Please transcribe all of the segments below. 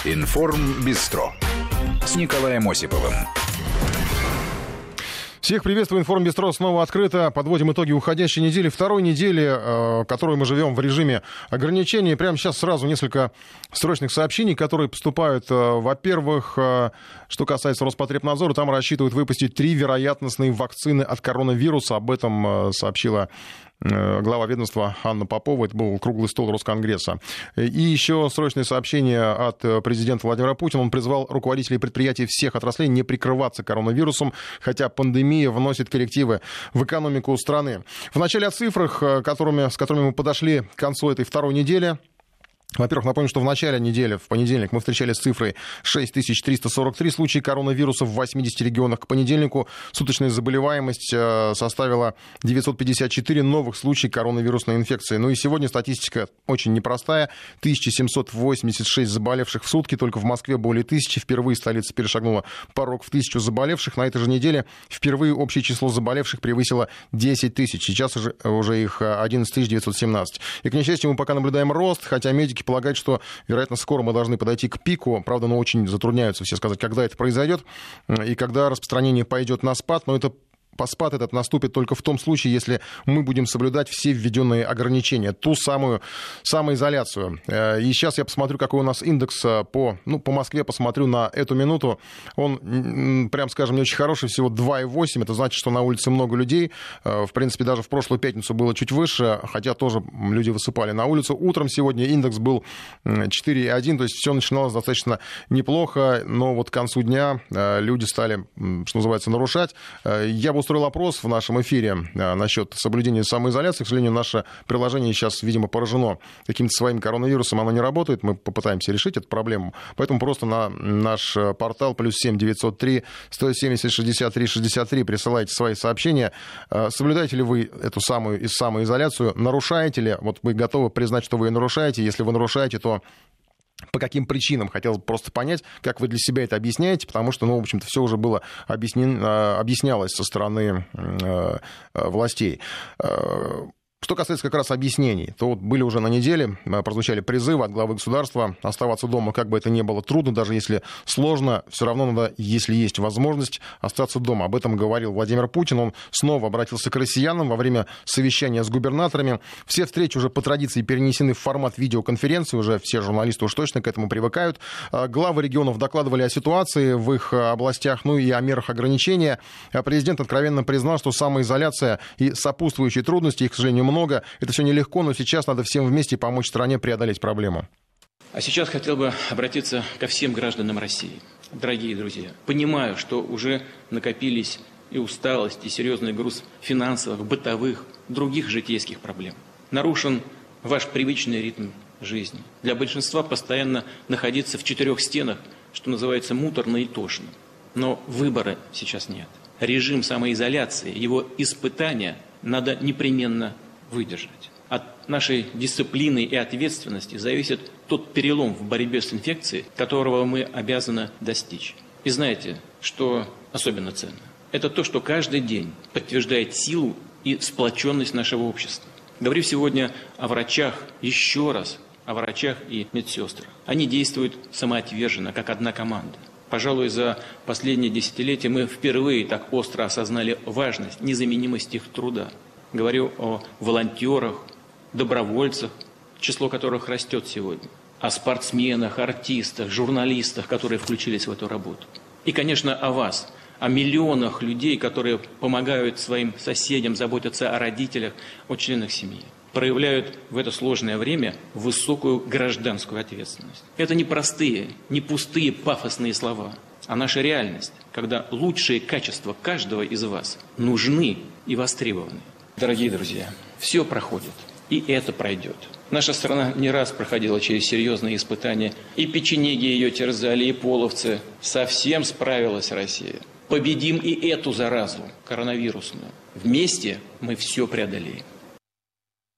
Информбистро с Николаем Осиповым. Всех приветствую. Информбистро снова открыто. Подводим итоги уходящей недели. Второй недели, которую мы живем в режиме ограничений. Прямо сейчас сразу несколько срочных сообщений, которые поступают. Во-первых, что касается Роспотребнадзора, там рассчитывают выпустить 3 вероятностные вакцины от коронавируса. Об этом сообщила глава ведомства Анна Попова. Это был круглый стол Росконгресса. И еще срочное сообщение от президента Владимира Путина. Он призвал руководителей предприятий всех отраслей не прикрываться коронавирусом, хотя пандемия вносит коррективы в экономику страны. Вначале о цифрах, с которыми мы подошли к концу этой второй недели. Во-первых, напомню, что в начале недели, в понедельник, мы встречали с цифрой 6343 случая коронавируса в 80 регионах. К понедельнику суточная заболеваемость составила 954 новых случая коронавирусной инфекции. Ну и сегодня статистика очень непростая. 1786 заболевших в сутки. Только в Москве более 1000. Впервые столица перешагнула порог в 1000 заболевших. На этой же неделе впервые общее число заболевших превысило 10 тысяч. Сейчас уже их 11 917. И, к несчастью, мы пока наблюдаем рост, хотя медики полагают, что, вероятно, скоро мы должны подойти к пику. Правда, очень затрудняются все сказать, когда это произойдет и когда распространение пойдет на спад. Но это спад этот наступит только в том случае, если мы будем соблюдать все введенные ограничения, ту самую самоизоляцию. И сейчас я посмотрю, какой у нас индекс по Москве, посмотрю на эту минуту. Он, прям скажем, не очень хороший, всего 2,8. Это значит, что на улице много людей. В принципе, даже в прошлую пятницу было чуть выше, хотя тоже люди высыпали на улицу. Утром сегодня индекс был 4,1, то есть все начиналось достаточно неплохо, но вот к концу дня люди стали, что называется, нарушать. Я бы устроил опрос в нашем эфире насчет соблюдения самоизоляции. К сожалению, наше приложение сейчас, видимо, поражено каким-то своим коронавирусом, оно не работает. Мы попытаемся решить эту проблему. Поэтому просто на наш портал +7 903 170 63 63 присылайте свои сообщения. Соблюдаете ли вы эту самую самоизоляцию? Нарушаете ли? Вот вы готовы признать, что вы нарушаете? Если вы нарушаете, то по каким причинам? Хотел просто понять, как вы для себя это объясняете, потому что, в общем-то, все уже было объяснялось со стороны властей. Что касается как раз объяснений, то вот были уже на неделе, прозвучали призывы от главы государства оставаться дома, как бы это ни было трудно, даже если сложно, все равно надо, если есть возможность, остаться дома. Об этом говорил Владимир Путин. Он снова обратился к россиянам во время совещания с губернаторами. Все встречи уже по традиции перенесены в формат видеоконференции, уже все журналисты уж точно к этому привыкают. Главы регионов докладывали о ситуации в их областях, ну и о мерах ограничения. Президент откровенно признал, что самоизоляция и сопутствующие трудности, их, к сожалению, много. Это все нелегко, но сейчас надо всем вместе помочь стране преодолеть проблему. А сейчас хотел бы обратиться ко всем гражданам России. Дорогие друзья, понимаю, что уже накопились и усталость, и серьезный груз финансовых, бытовых, других житейских проблем. Нарушен ваш привычный ритм жизни. Для большинства постоянно находиться в 4 стенах, что называется, муторно и тошно. Но выбора сейчас нет. Режим самоизоляции, его испытания надо непременно выдержать. От нашей дисциплины и ответственности зависит тот перелом в борьбе с инфекцией, которого мы обязаны достичь. И знаете, что особенно ценно? Это то, что каждый день подтверждает силу и сплоченность нашего общества. Говорю сегодня о врачах, еще раз о врачах и медсестрах. Они действуют самоотверженно, как одна команда. Пожалуй, за последние десятилетия мы впервые так остро осознали важность, незаменимость их труда. Говорю о волонтерах, добровольцах, число которых растет сегодня, о спортсменах, артистах, журналистах, которые включились в эту работу. И, конечно, о вас, о миллионах людей, которые помогают своим соседям, заботятся о родителях, о членах семьи. Проявляют в это сложное время высокую гражданскую ответственность. Это не простые, не пустые пафосные слова, а наша реальность, когда лучшие качества каждого из вас нужны и востребованы. Дорогие друзья, все проходит, и это пройдет. Наша страна не раз проходила через серьезные испытания. И печенеги ее терзали, и половцы. Совсем справилась Россия. Победим и эту заразу коронавирусную. Вместе мы все преодолеем.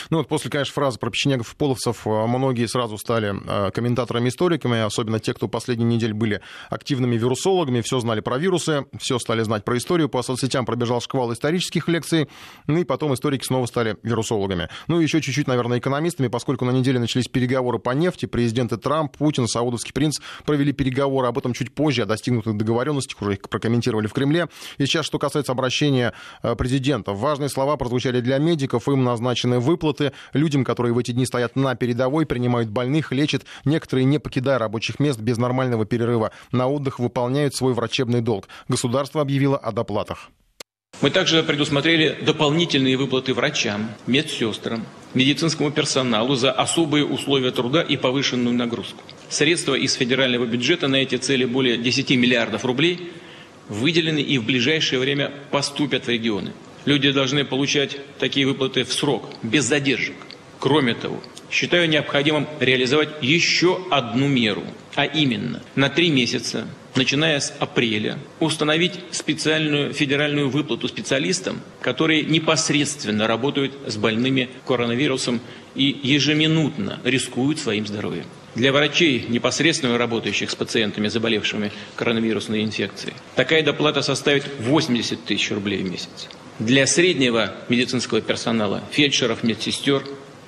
Ну вот после, конечно, фразы про печенегов и половцев многие сразу стали комментаторами-историками, особенно те, кто последние недели были активными вирусологами, все знали про вирусы, все стали знать про историю, по соцсетям пробежал шквал исторических лекций, ну и потом историки снова стали вирусологами. Ну и еще чуть-чуть, наверное, экономистами, поскольку на неделе начались переговоры по нефти, президенты Трамп, Путин, саудовский принц провели переговоры, об этом чуть позже, о достигнутых договоренностях, уже их прокомментировали в Кремле. И сейчас, что касается обращения президента, важные слова прозвучали для медиков, им назначены выплаты людям, которые в эти дни стоят на передовой, принимают больных, лечат, некоторые, не покидая рабочих мест, без нормального перерыва на отдых, выполняют свой врачебный долг. Государство объявило о доплатах. Мы также предусмотрели дополнительные выплаты врачам, медсестрам, медицинскому персоналу за особые условия труда и повышенную нагрузку. Средства из федерального бюджета на эти цели более 10 миллиардов рублей выделены и в ближайшее время поступят в регионы. Люди должны получать такие выплаты в срок, без задержек. Кроме того, считаю необходимым реализовать еще одну меру, а именно на 3 месяца, начиная с апреля, установить специальную федеральную выплату специалистам, которые непосредственно работают с больными коронавирусом и ежеминутно рискуют своим здоровьем. Для врачей, непосредственно работающих с пациентами, заболевшими коронавирусной инфекцией, такая доплата составит 80 тысяч рублей в месяц. Для среднего медицинского персонала, фельдшеров, медсестер,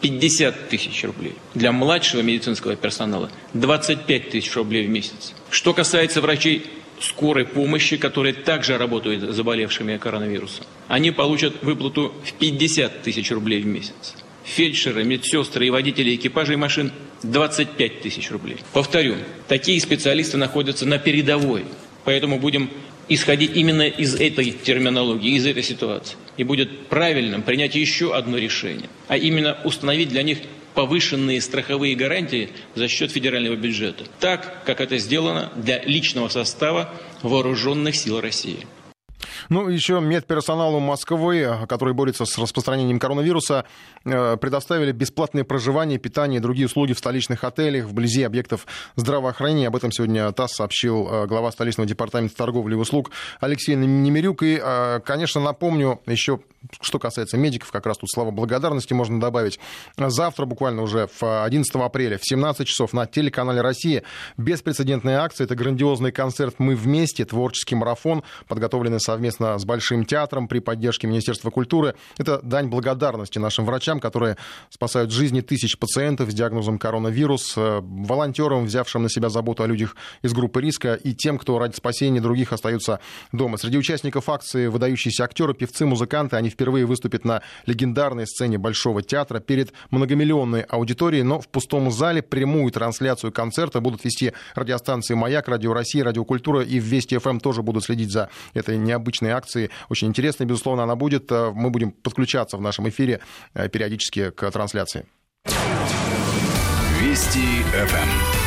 50 тысяч рублей. Для младшего медицинского персонала 25 тысяч рублей в месяц. Что касается врачей скорой помощи, которые также работают с заболевшими коронавирусом, они получат выплату в 50 тысяч рублей в месяц. Фельдшеры, медсестры и водители экипажей машин 25 тысяч рублей. Повторю, такие специалисты находятся на передовой, поэтому будем исходить именно из этой терминологии, из этой ситуации. И будет правильным принять еще одно решение, а именно установить для них повышенные страховые гарантии за счет федерального бюджета, так, как это сделано для личного состава Вооруженных сил России. Ну, еще медперсоналу Москвы, который борется с распространением коронавируса, предоставили бесплатное проживание, питание и другие услуги в столичных отелях, вблизи объектов здравоохранения. Об этом сегодня ТАСС сообщил глава столичного департамента торговли и услуг Алексей Немирюк. И, конечно, напомню еще, что касается медиков, как раз тут слова благодарности можно добавить. Завтра, буквально уже в 11 апреля, в 17 часов на телеканале «Россия» беспрецедентная акция. Это грандиозный концерт «Мы вместе», творческий марафон, подготовленный совместно с Большим театром при поддержке Министерства культуры. Это дань благодарности нашим врачам, которые спасают жизни тысяч пациентов с диагнозом коронавирус, волонтерам, взявшим на себя заботу о людях из группы риска, и тем, кто ради спасения других остаются дома. Среди участников акции выдающиеся актеры, певцы, музыканты. Они впервые выступят на легендарной сцене Большого театра перед многомиллионной аудиторией, но в пустом зале. Прямую трансляцию концерта будут вести радиостанции «Маяк», «Радио России», «Радио Культура» и Вести ФМ тоже будут следить за этой необычной акции. Очень интересно, безусловно, она будет. Мы будем подключаться в нашем эфире периодически к трансляции. Вести ФМ.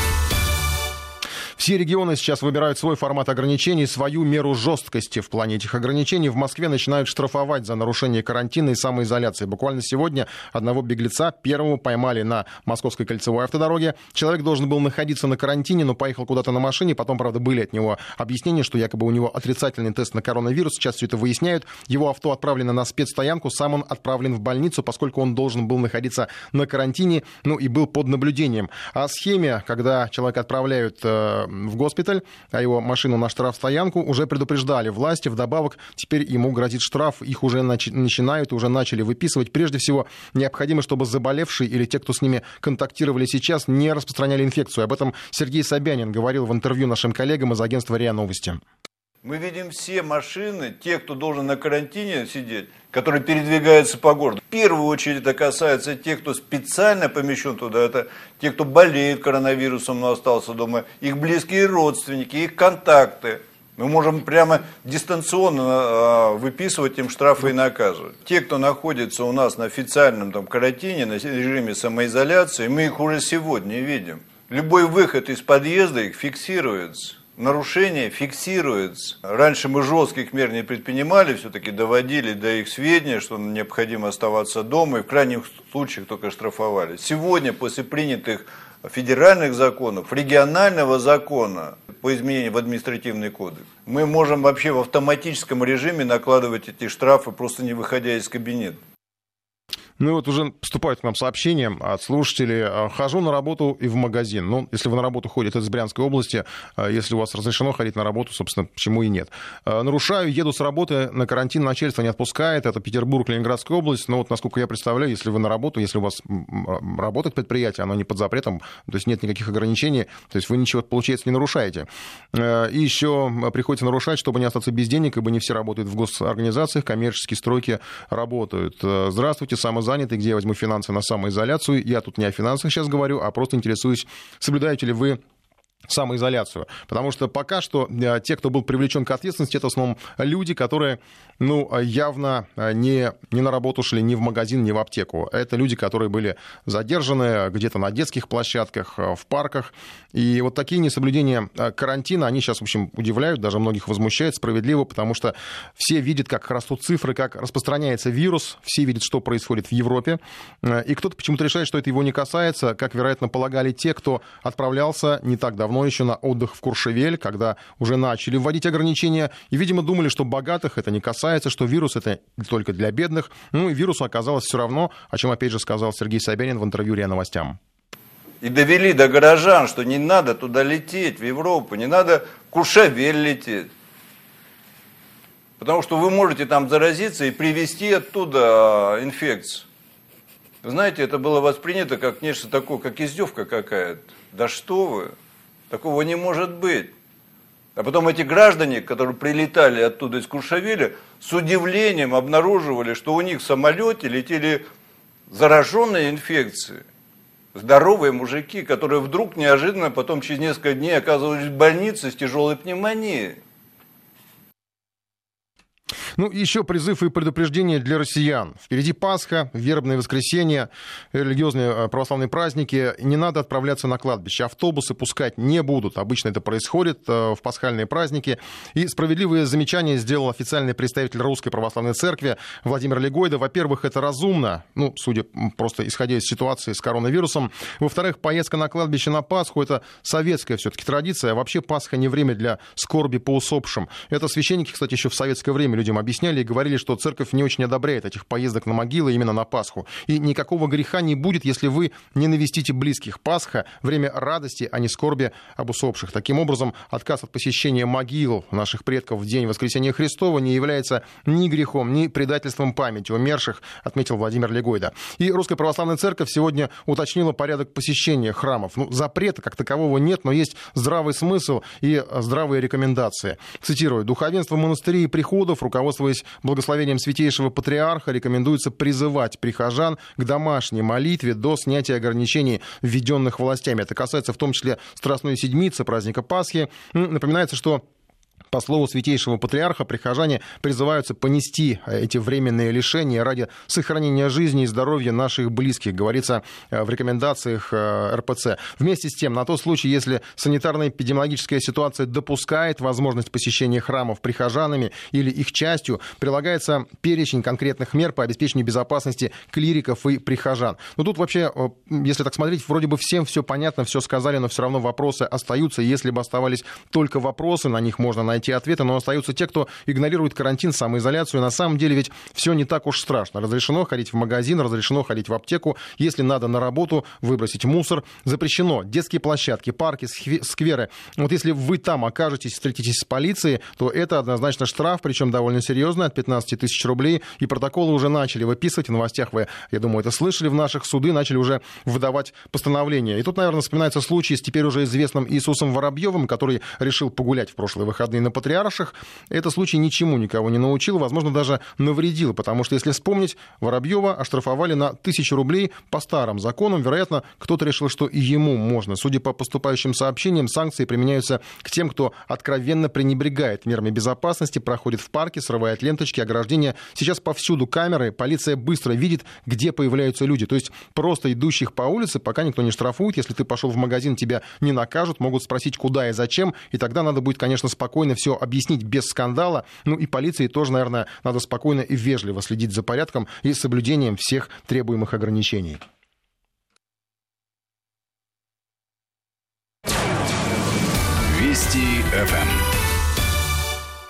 Все регионы сейчас выбирают свой формат ограничений, свою меру жесткости в плане этих ограничений. В Москве начинают штрафовать за нарушение карантина и самоизоляции. Буквально сегодня одного беглеца, первого, поймали на Московской кольцевой автодороге. Человек должен был находиться на карантине, но поехал куда-то на машине. Потом, правда, были от него объяснения, что якобы у него отрицательный тест на коронавирус. Сейчас все это выясняют. Его авто отправлено на спецстоянку, сам он отправлен в больницу, поскольку он должен был находиться на карантине, ну и был под наблюдением. О схеме, когда человека отправляют в госпиталь, а его машину на штрафстоянку, уже предупреждали власти. Вдобавок, теперь ему грозит штраф. Их уже начинают, уже начали выписывать. Прежде всего, необходимо, чтобы заболевшие или те, кто с ними контактировали сейчас, не распространяли инфекцию. Об этом Сергей Собянин говорил в интервью нашим коллегам из агентства РИА Новости. Мы видим все машины, те, кто должен на карантине сидеть, которые передвигаются по городу. В первую очередь это касается тех, кто специально помещен туда. Это те, кто болеет коронавирусом, но остался дома. Их близкие родственники, их контакты. Мы можем прямо дистанционно выписывать им штрафы и наказы. Те, кто находится у нас на официальном карантине, на режиме самоизоляции, мы их уже сегодня видим. Любой выход из подъезда их фиксируется. Нарушения фиксируются. Раньше мы жестких мер не предпринимали, все-таки доводили до их сведения, что необходимо оставаться дома, и в крайних случаях только штрафовали. Сегодня, после принятых федеральных законов, регионального закона по изменению в административный кодекс, мы можем вообще в автоматическом режиме накладывать эти штрафы, просто не выходя из кабинета. Ну вот уже поступают к нам сообщения от слушателей. Хожу на работу и в магазин. Ну, если вы на работу ходите из Брянской области, если у вас разрешено ходить на работу, собственно, почему и нет. Нарушаю, еду с работы, на карантин начальство не отпускает. Это Петербург, Ленинградская область. Но вот, насколько я представляю, если вы на работу, если у вас работает предприятие, оно не под запретом, то есть нет никаких ограничений, то есть вы ничего, получается, не нарушаете. И еще приходится нарушать, чтобы не остаться без денег, ибо не все работают в госорганизациях, коммерческие стройки работают. Здравствуйте, самозанятый, где я возьму финансы на самоизоляцию? Я тут не о финансах сейчас говорю, а просто интересуюсь, соблюдаете ли вы самоизоляцию. Потому что пока что те, кто был привлечен к ответственности, это в основном люди, которые явно не на работу шли ни в магазин, ни в аптеку. Это люди, которые были задержаны где-то на детских площадках, в парках. И вот такие несоблюдения карантина, они сейчас, в общем, удивляют, даже многих возмущают, справедливо, потому что все видят, как растут цифры, как распространяется вирус, все видят, что происходит в Европе. И кто-то почему-то решает, что это его не касается, как, вероятно, полагали те, кто отправлялся не так давно еще на отдых в Куршевель, когда уже начали вводить ограничения, и, видимо, думали, что богатых это не касается, что вирус это только для бедных. Ну и вирусу оказалось все равно, о чем, опять же, сказал Сергей Собянин в интервью РИА Новостям. И довели до горожан, что не надо туда лететь, в Европу, не надо в Куршевель лететь. Потому что вы можете там заразиться и привезти оттуда инфекцию. Вы знаете, это было воспринято как нечто такое, как издевка какая-то. Да что вы! Такого не может быть. А потом эти граждане, которые прилетали оттуда из Куршевеля, с удивлением обнаруживали, что у них в самолете летели зараженные инфекцией. Здоровые мужики, которые вдруг неожиданно потом через несколько дней оказывались в больнице с тяжелой пневмонией. Ну, еще призыв и предупреждение для россиян. Впереди Пасха, вербное воскресенье, религиозные православные праздники. Не надо отправляться на кладбище. Автобусы пускать не будут. Обычно это происходит в пасхальные праздники. И справедливое замечание сделал официальный представитель Русской Православной Церкви Владимир Легойда. Во-первых, это разумно, судя просто исходя из ситуации с коронавирусом. Во-вторых, поездка на кладбище на Пасху — это советская все-таки традиция. А вообще Пасха не время для скорби по усопшим. Это священники, кстати, еще в советское время людям объясняли и говорили, что церковь не очень одобряет этих поездок на могилы именно на Пасху. И никакого греха не будет, если вы не навестите близких. Пасха — время радости, а не скорби об усопших. Таким образом, отказ от посещения могил наших предков в день Воскресения Христова не является ни грехом, ни предательством памяти умерших, отметил Владимир Легойда. И Русская Православная Церковь сегодня уточнила порядок посещения храмов. Запрета как такового нет, но есть здравый смысл и здравые рекомендации. Цитирую: «Духовенство монастырей и приходов, руководствуясь благословением Святейшего Патриарха, рекомендуется призывать прихожан к домашней молитве до снятия ограничений, введенных властями». Это касается в том числе Страстной Седмицы, праздника Пасхи. Напоминается, что по слову Святейшего Патриарха, прихожане призываются понести эти временные лишения ради сохранения жизни и здоровья наших близких, говорится в рекомендациях РПЦ. Вместе с тем, на тот случай, если санитарно-эпидемиологическая ситуация допускает возможность посещения храмов прихожанами или их частью, прилагается перечень конкретных мер по обеспечению безопасности клириков и прихожан. Но тут вообще, если так смотреть, вроде бы всем все понятно, все сказали, но все равно вопросы остаются. Если бы оставались только вопросы, на них можно найти ответы, но остаются те, кто игнорирует карантин, самоизоляцию. На самом деле ведь все не так уж страшно. Разрешено ходить в магазин, разрешено ходить в аптеку. Если надо на работу, выбросить мусор. Запрещено детские площадки, парки, скверы. Вот если вы там окажетесь, встретитесь с полицией, то это однозначно штраф, причем довольно серьезный, от 15 тысяч рублей. И протоколы уже начали выписывать. В новостях вы, я думаю, это слышали. В наших суды начали уже выдавать постановления. И тут, наверное, вспоминается случай с теперь уже известным Иисусом Воробьевым, который решил погулять в прошлые выходные на Патриарших. Этот случай ничему никого не научил, возможно, даже навредил, потому что, если вспомнить, Воробьева оштрафовали на 1000 рублей по старым законам. Вероятно, кто-то решил, что и ему можно. Судя по поступающим сообщениям, санкции применяются к тем, кто откровенно пренебрегает мерами безопасности, проходит в парке, срывает ленточки, ограждения. Сейчас повсюду камеры, полиция быстро видит, где появляются люди. То есть просто идущих по улице пока никто не штрафует. Если ты пошел в магазин, тебя не накажут, могут спросить, куда и зачем, и тогда надо будет, конечно, спокойно все объяснить без скандала. И полиции тоже, наверное, надо спокойно и вежливо следить за порядком и соблюдением всех требуемых ограничений. Вести ФМ.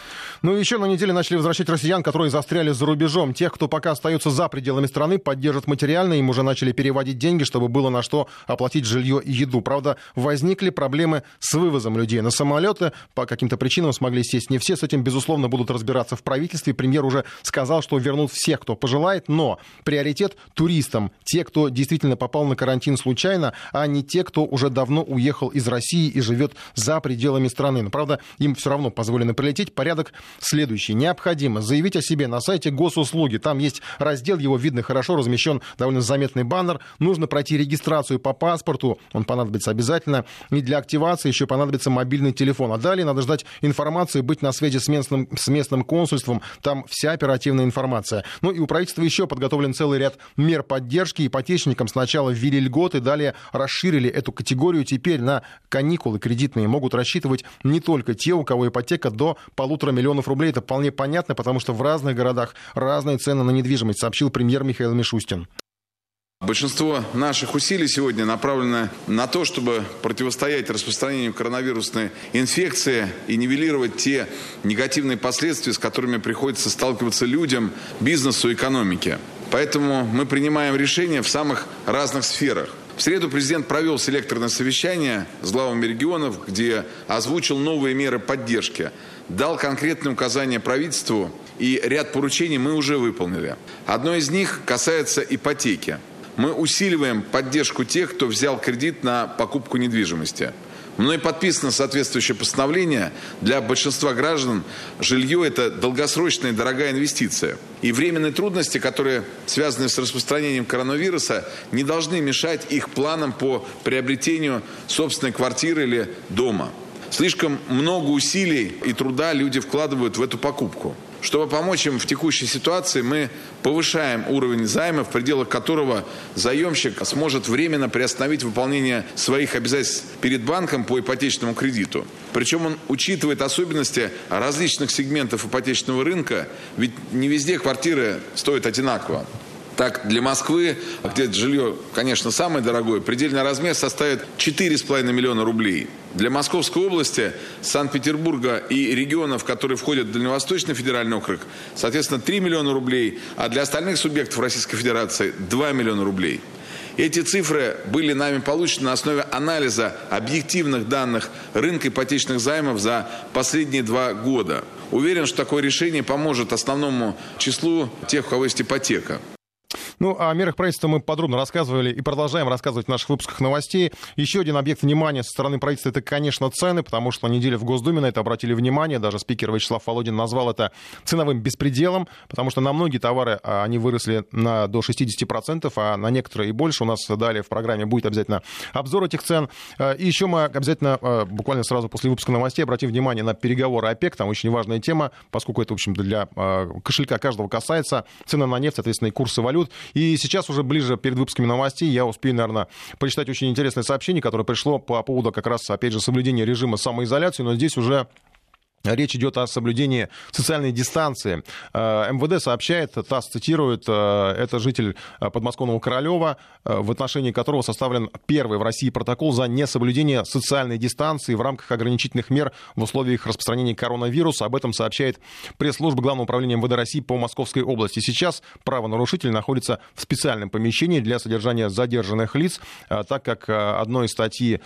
Ну и еще на неделе начали возвращать россиян, которые застряли за рубежом. Тех, кто пока остается за пределами страны, поддержат материально. Им уже начали переводить деньги, чтобы было на что оплатить жилье и еду. Правда, возникли проблемы с вывозом людей на самолеты. По каким-то причинам смогли сесть не все. С этим, безусловно, будут разбираться в правительстве. Премьер уже сказал, что вернут всех, кто пожелает. Но приоритет туристам. Те, кто действительно попал на карантин случайно, а не те, кто уже давно уехал из России и живет за пределами страны. Но, правда, им все равно позволено прилететь. Порядок следующий. Необходимо заявить о себе на сайте госуслуги. Там есть раздел, его видно хорошо, размещен довольно заметный баннер. Нужно пройти регистрацию по паспорту, он понадобится обязательно. И для активации еще понадобится мобильный телефон. А далее надо ждать информации, быть на связи с местным консульством. Там вся оперативная информация. Ну и у правительства еще подготовлен целый ряд мер поддержки. Ипотечникам сначала ввели льготы, далее расширили эту категорию. Теперь на каникулы кредитные могут рассчитывать не только те, у кого ипотека до 1,5 миллиона рублей. Это вполне понятно, потому что в разных городах разные цены на недвижимость, сообщил премьер Михаил Мишустин. Большинство наших усилий сегодня направлено на то, чтобы противостоять распространению коронавирусной инфекции и нивелировать те негативные последствия, с которыми приходится сталкиваться людям, бизнесу, экономике. Поэтому мы принимаем решения в самых разных сферах. В среду президент провел селекторное совещание с главами регионов, где озвучил новые меры поддержки, дал конкретные указания правительству, и ряд поручений мы уже выполнили. Одно из них касается ипотеки. Мы усиливаем поддержку тех, кто взял кредит на покупку недвижимости. Мной подписано соответствующее постановление. Для большинства граждан жилье – это долгосрочная и дорогая инвестиция. И временные трудности, которые связаны с распространением коронавируса, не должны мешать их планам по приобретению собственной квартиры или дома. Слишком много усилий и труда люди вкладывают в эту покупку. Чтобы помочь им в текущей ситуации, мы повышаем уровень займа, в пределах которого заемщик сможет временно приостановить выполнение своих обязательств перед банком по ипотечному кредиту. Причем он учитывает особенности различных сегментов ипотечного рынка, ведь не везде квартиры стоят одинаково. Так, для Москвы, где жилье, конечно, самое дорогое, предельный размер составит 4,5 миллиона рублей. Для Московской области, Санкт-Петербурга и регионов, которые входят в Дальневосточный федеральный округ, соответственно, 3 миллиона рублей, а для остальных субъектов Российской Федерации 2 миллиона рублей. Эти цифры были нами получены на основе анализа объективных данных рынка ипотечных займов за последние 2 года. Уверен, что такое решение поможет основному числу тех, у кого есть ипотека. Ну, о мерах правительства мы подробно рассказывали и продолжаем рассказывать в наших выпусках новостей. Еще один объект внимания со стороны правительства — это, конечно, цены, потому что на неделе в Госдуме на это обратили внимание. Даже спикер Вячеслав Володин назвал это ценовым беспределом, потому что на многие товары они выросли до 60%, а на некоторые и больше. У нас далее в программе будет обязательно обзор этих цен. И еще мы обязательно, буквально сразу после выпуска новостей, обратим внимание на переговоры ОПЕК. Там очень важная тема, поскольку это, в общем-то, для кошелька каждого касается. Цены на нефть, соответственно, и курсы валют. И сейчас уже ближе перед выпусками новостей я успею, наверное, прочитать очень интересное сообщение, которое пришло по поводу как раз, опять же, соблюдения режима самоизоляции, но здесь уже речь идет о соблюдении социальной дистанции. МВД сообщает, ТАСС цитирует, это житель подмосковного Королева, в отношении которого составлен первый в России протокол за несоблюдение социальной дистанции в рамках ограничительных мер в условиях распространения коронавируса. Об этом сообщает пресс-служба Главного управления МВД России по Московской области. Сейчас правонарушитель находится в специальном помещении для содержания задержанных лиц, так как одной из статьи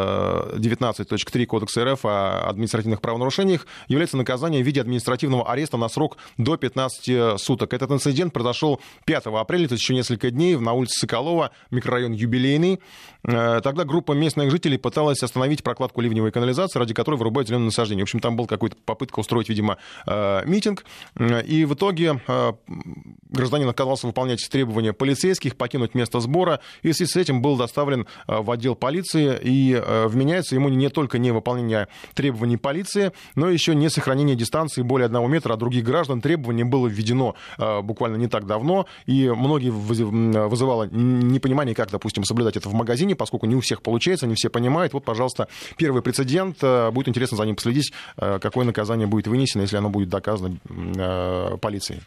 19.3 Кодекса РФ о административных правонарушениях является наказание в виде административного ареста на срок до 15 суток. Этот инцидент произошел 5 апреля, то есть еще несколько дней, на улице Соколова, микрорайон Юбилейный. Тогда группа местных жителей пыталась остановить прокладку ливневой канализации, ради которой вырубают зеленые насаждения. В общем, там была какая-то попытка устроить, видимо, митинг. И в итоге гражданин отказался выполнять требования полицейских, покинуть место сбора. И в связи с этим был доставлен в отдел полиции. И вменяется ему не только невыполнение требований полиции, но и еще не сохранение дистанции более 1 метра от других граждан. Требование было введено буквально не так давно, и многие вызывало непонимание, как, допустим, соблюдать это в магазине, поскольку не у всех получается, не все понимают. Вот, пожалуйста, первый прецедент. Будет интересно за ним последить, какое наказание будет вынесено, если оно будет доказано полицией.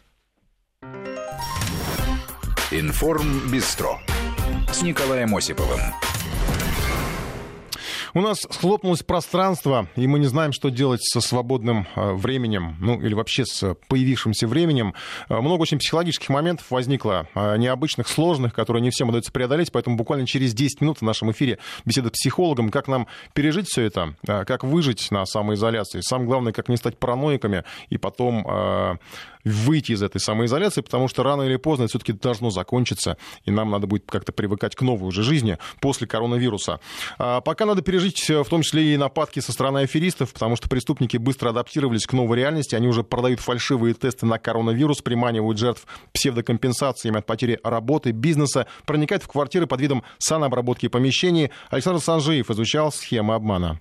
Информбистро с Николаем Осиповым. У нас схлопнулось пространство, и мы не знаем, что делать со свободным временем, ну или вообще с появившимся временем. Много очень психологических моментов возникло, необычных, сложных, которые не всем удается преодолеть, поэтому буквально через 10 минут в нашем эфире беседа с психологом, как нам пережить все это, как выжить на самоизоляции. Самое главное, как не стать параноиками и потом выйти из этой самоизоляции, потому что рано или поздно это все-таки должно закончиться, и нам надо будет как-то привыкать к новой уже жизни после коронавируса. Пока надо пережить в том числе и нападки со стороны аферистов, потому что преступники быстро адаптировались к новой реальности, они уже продают фальшивые тесты на коронавирус, приманивают жертв псевдокомпенсациями от потери работы, бизнеса, проникают в квартиры под видом санобработки помещений. Александр Санжиев изучал схемы обмана.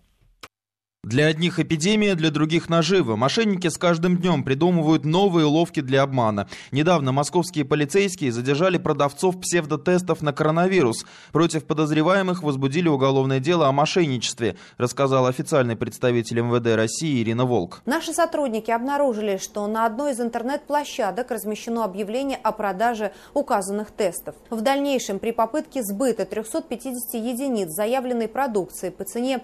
Для одних эпидемия, для других нажива. Мошенники с каждым днем придумывают новые уловки для обмана. Недавно московские полицейские задержали продавцов псевдотестов на коронавирус. Против подозреваемых возбудили уголовное дело о мошенничестве, рассказал официальный представитель МВД России Ирина Волк. Наши сотрудники обнаружили, что на одной из интернет-площадок размещено объявление о продаже указанных тестов. В дальнейшем при попытке сбыта 350 единиц заявленной продукции по цене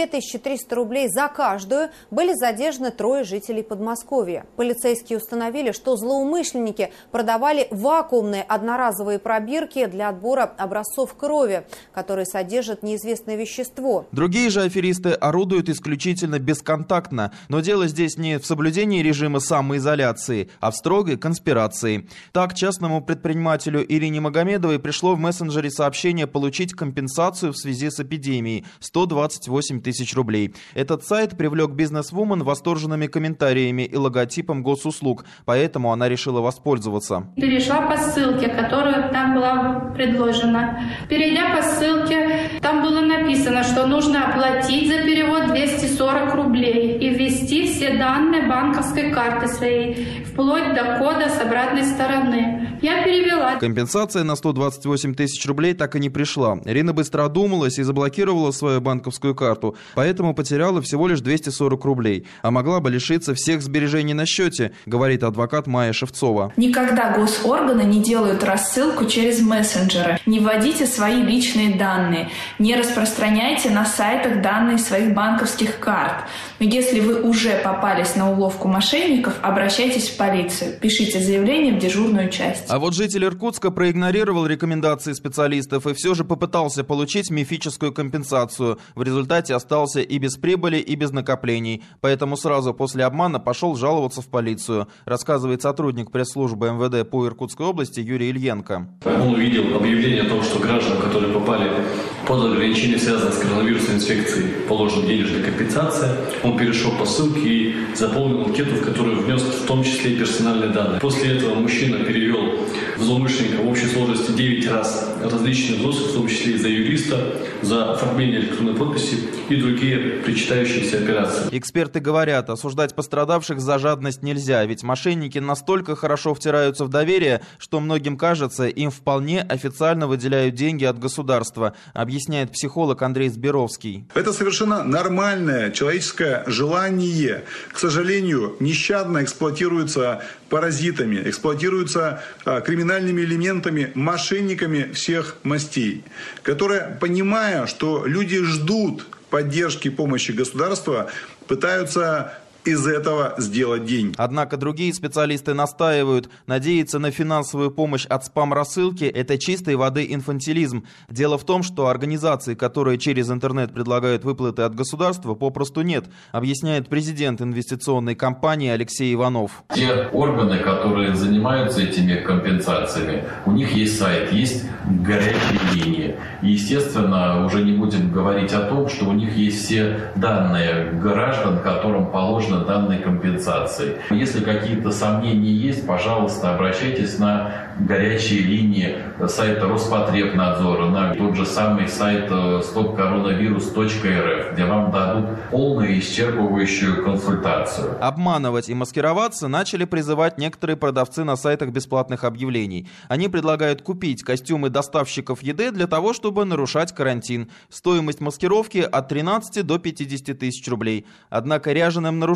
2300 рублей за каждую были задержаны 3 жителей Подмосковья. Полицейские установили, что злоумышленники продавали вакуумные одноразовые пробирки для отбора образцов крови, которые содержат неизвестное вещество. Другие же аферисты орудуют исключительно бесконтактно. Но дело здесь не в соблюдении режима самоизоляции, а в строгой конспирации. Так, частному предпринимателю Ирине Магомедовой пришло в мессенджере сообщение получить компенсацию в связи с эпидемией – 128 тысяч рублей. Этот сайт привлек бизнесвумен восторженными комментариями и логотипом госуслуг, поэтому она решила воспользоваться. Перешла по ссылке, которая там была предложена. Перейдя по ссылке, там было написано, что нужно оплатить за перевод 240 рублей и ввести все данные банковской карты своей, вплоть до кода с обратной стороны. Я перевела. Компенсация на 128 тысяч рублей так и не пришла. Ирина быстро одумалась и заблокировала свою банковскую карту, поэтому потеряла всего лишь 240 рублей, а могла бы лишиться всех сбережений на счете, говорит адвокат Майя Шевцова. Никогда госорганы не делают рассылку через мессенджеры. Не вводите свои личные данные. Не распространяйте на сайтах данные своих банковских карт. Но если вы уже попались на уловку мошенников, обращайтесь в полицию. Пишите заявление в дежурную часть. А вот житель Иркутска проигнорировал рекомендации специалистов и все же попытался получить мифическую компенсацию. В результате остался и без прибыли, и без накоплений. Поэтому сразу после обмана пошел жаловаться в полицию, рассказывает сотрудник пресс-службы МВД по Иркутской области Юрий Ильенко. Он увидел объявление о том, что гражданам, которые попали под ограничения, связанные с коронавирусной инфекцией, положена денежная компенсация. Он перешел по ссылке и заполнил анкету, в которую внес в том числе и персональные данные. После этого мужчина перевел в злоумышленника в общей сложности 9 раз различные взносы, в том числе и за юриста, за оформление электронной подписи и другие причитающиеся операции. Эксперты говорят, осуждать пострадавших за жадность нельзя, ведь мошенники настолько хорошо втираются в доверие, что многим кажется, им вполне официально выделяют деньги от государства, объясняет психолог Андрей Зберовский. Это совершенно нормальное человеческое желание. К сожалению, нещадно эксплуатируется паразитами, эксплуатируется криминальными элементами, мошенниками всех мастей, которые, понимая, что люди ждут поддержки и помощи государства, пытаются из этого сделать деньги. Однако другие специалисты настаивают, надеяться на финансовую помощь от спам-рассылки – это чистой воды инфантилизм. Дело в том, что организаций, которые через интернет предлагают выплаты от государства, попросту нет, объясняет президент инвестиционной компании Алексей Иванов. Те органы, которые занимаются этими компенсациями, у них есть сайт, есть горячие линии. И, естественно, уже не будем говорить о том, что у них есть все данные граждан, которым положено данной компенсации. Если какие-то сомнения есть, пожалуйста, обращайтесь на горячие линии сайта Роспотребнадзора, на тот же самый сайт stopcoronavirus.rf, где вам дадут полную и исчерпывающую консультацию. Обманывать и маскироваться начали призывать некоторые продавцы на сайтах бесплатных объявлений. Они предлагают купить костюмы доставщиков еды для того, чтобы нарушать карантин. Стоимость маскировки от 13 до 50 тысяч рублей. Однако ряженым нарушителям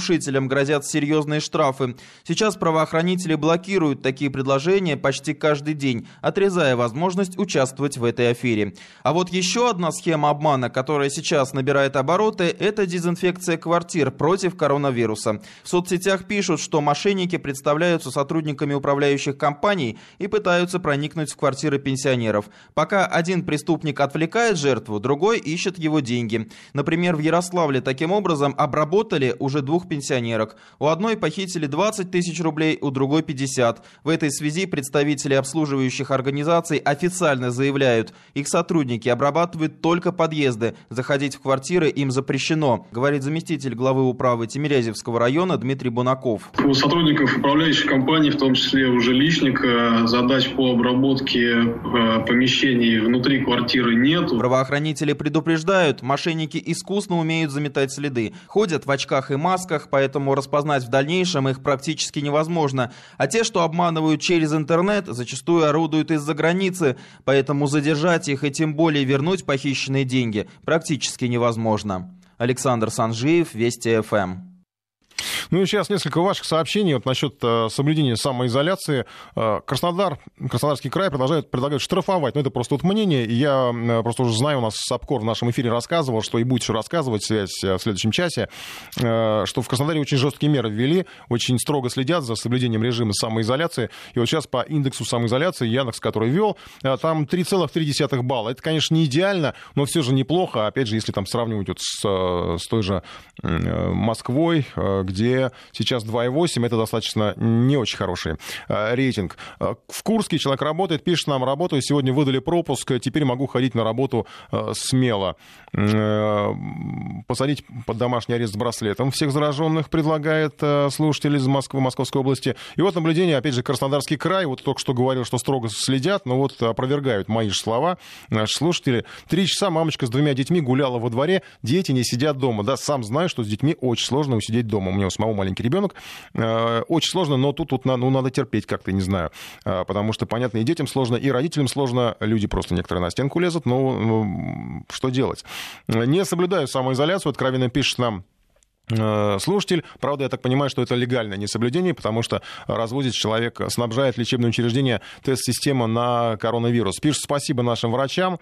нарушителям грозят серьезные штрафы. Сейчас правоохранители блокируют такие предложения почти каждый день, отрезая возможность участвовать в этой афере. А вот еще одна схема обмана, которая сейчас набирает обороты, это дезинфекция квартир против коронавируса. В соцсетях пишут, что мошенники представляются сотрудниками управляющих компаний и пытаются проникнуть в квартиры пенсионеров. Пока один преступник отвлекает жертву, другой ищет его деньги. Например, в Ярославле таким образом обработали уже 2 пенсионерок. У одной похитили 20 тысяч рублей, у другой 50. В этой связи представители обслуживающих организаций официально заявляют, их сотрудники обрабатывают только подъезды, заходить в квартиры им запрещено, говорит заместитель главы управы Тимирязевского района Дмитрий Бунаков. У сотрудников управляющих компаний, в том числе у жилищник, задач по обработке помещений внутри квартиры нет. Правоохранители предупреждают, мошенники искусно умеют заметать следы. Ходят в очках и масках, поэтому распознать в дальнейшем их практически невозможно. А те, что обманывают через интернет, зачастую орудуют из-за границы, поэтому задержать их и тем более вернуть похищенные деньги практически невозможно. Александр Санжиев, Вести ФМ. Ну и сейчас несколько ваших сообщений вот насчет соблюдения самоизоляции. Краснодарский край предлагают штрафовать. Но это просто вот мнение. И я просто уже знаю, у нас Сапкор в нашем эфире рассказывал, что и будет еще рассказывать связь в следующем часе, что в Краснодаре очень жесткие меры ввели, очень строго следят за соблюдением режима самоизоляции. И вот сейчас по индексу самоизоляции Яндекс, который ввел, там 3,3 балла. Это, конечно, не идеально, но все же неплохо. Опять же, если там сравнивать вот с той же Москвой, где сейчас 2,8, это достаточно не очень хороший рейтинг. В Курске человек работает, пишет нам: работаю, сегодня выдали пропуск, теперь могу ходить на работу смело. Посадить под домашний арест с браслетом всех зараженных предлагает слушатель из Москвы, Московской области. И вот наблюдение, опять же, Краснодарский край, вот только что говорил, что строго следят, но вот опровергают мои же слова наши слушатели. 3 часа мамочка с 2 детьми гуляла во дворе, дети не сидят дома. Да, сам знаю, что с детьми очень сложно усидеть дома. У меня у самого маленький ребенок. Очень сложно, но тут надо терпеть как-то, не знаю. Потому что, понятно, и детям сложно, и родителям сложно. Люди просто некоторые на стенку лезут. Но что делать? Не соблюдаю самоизоляцию. Откровенно пишет нам слушатель. Правда, я так понимаю, что это легальное несоблюдение, потому что развозит человек, снабжает лечебное учреждение тест-система на коронавирус. Пишет: спасибо нашим врачам.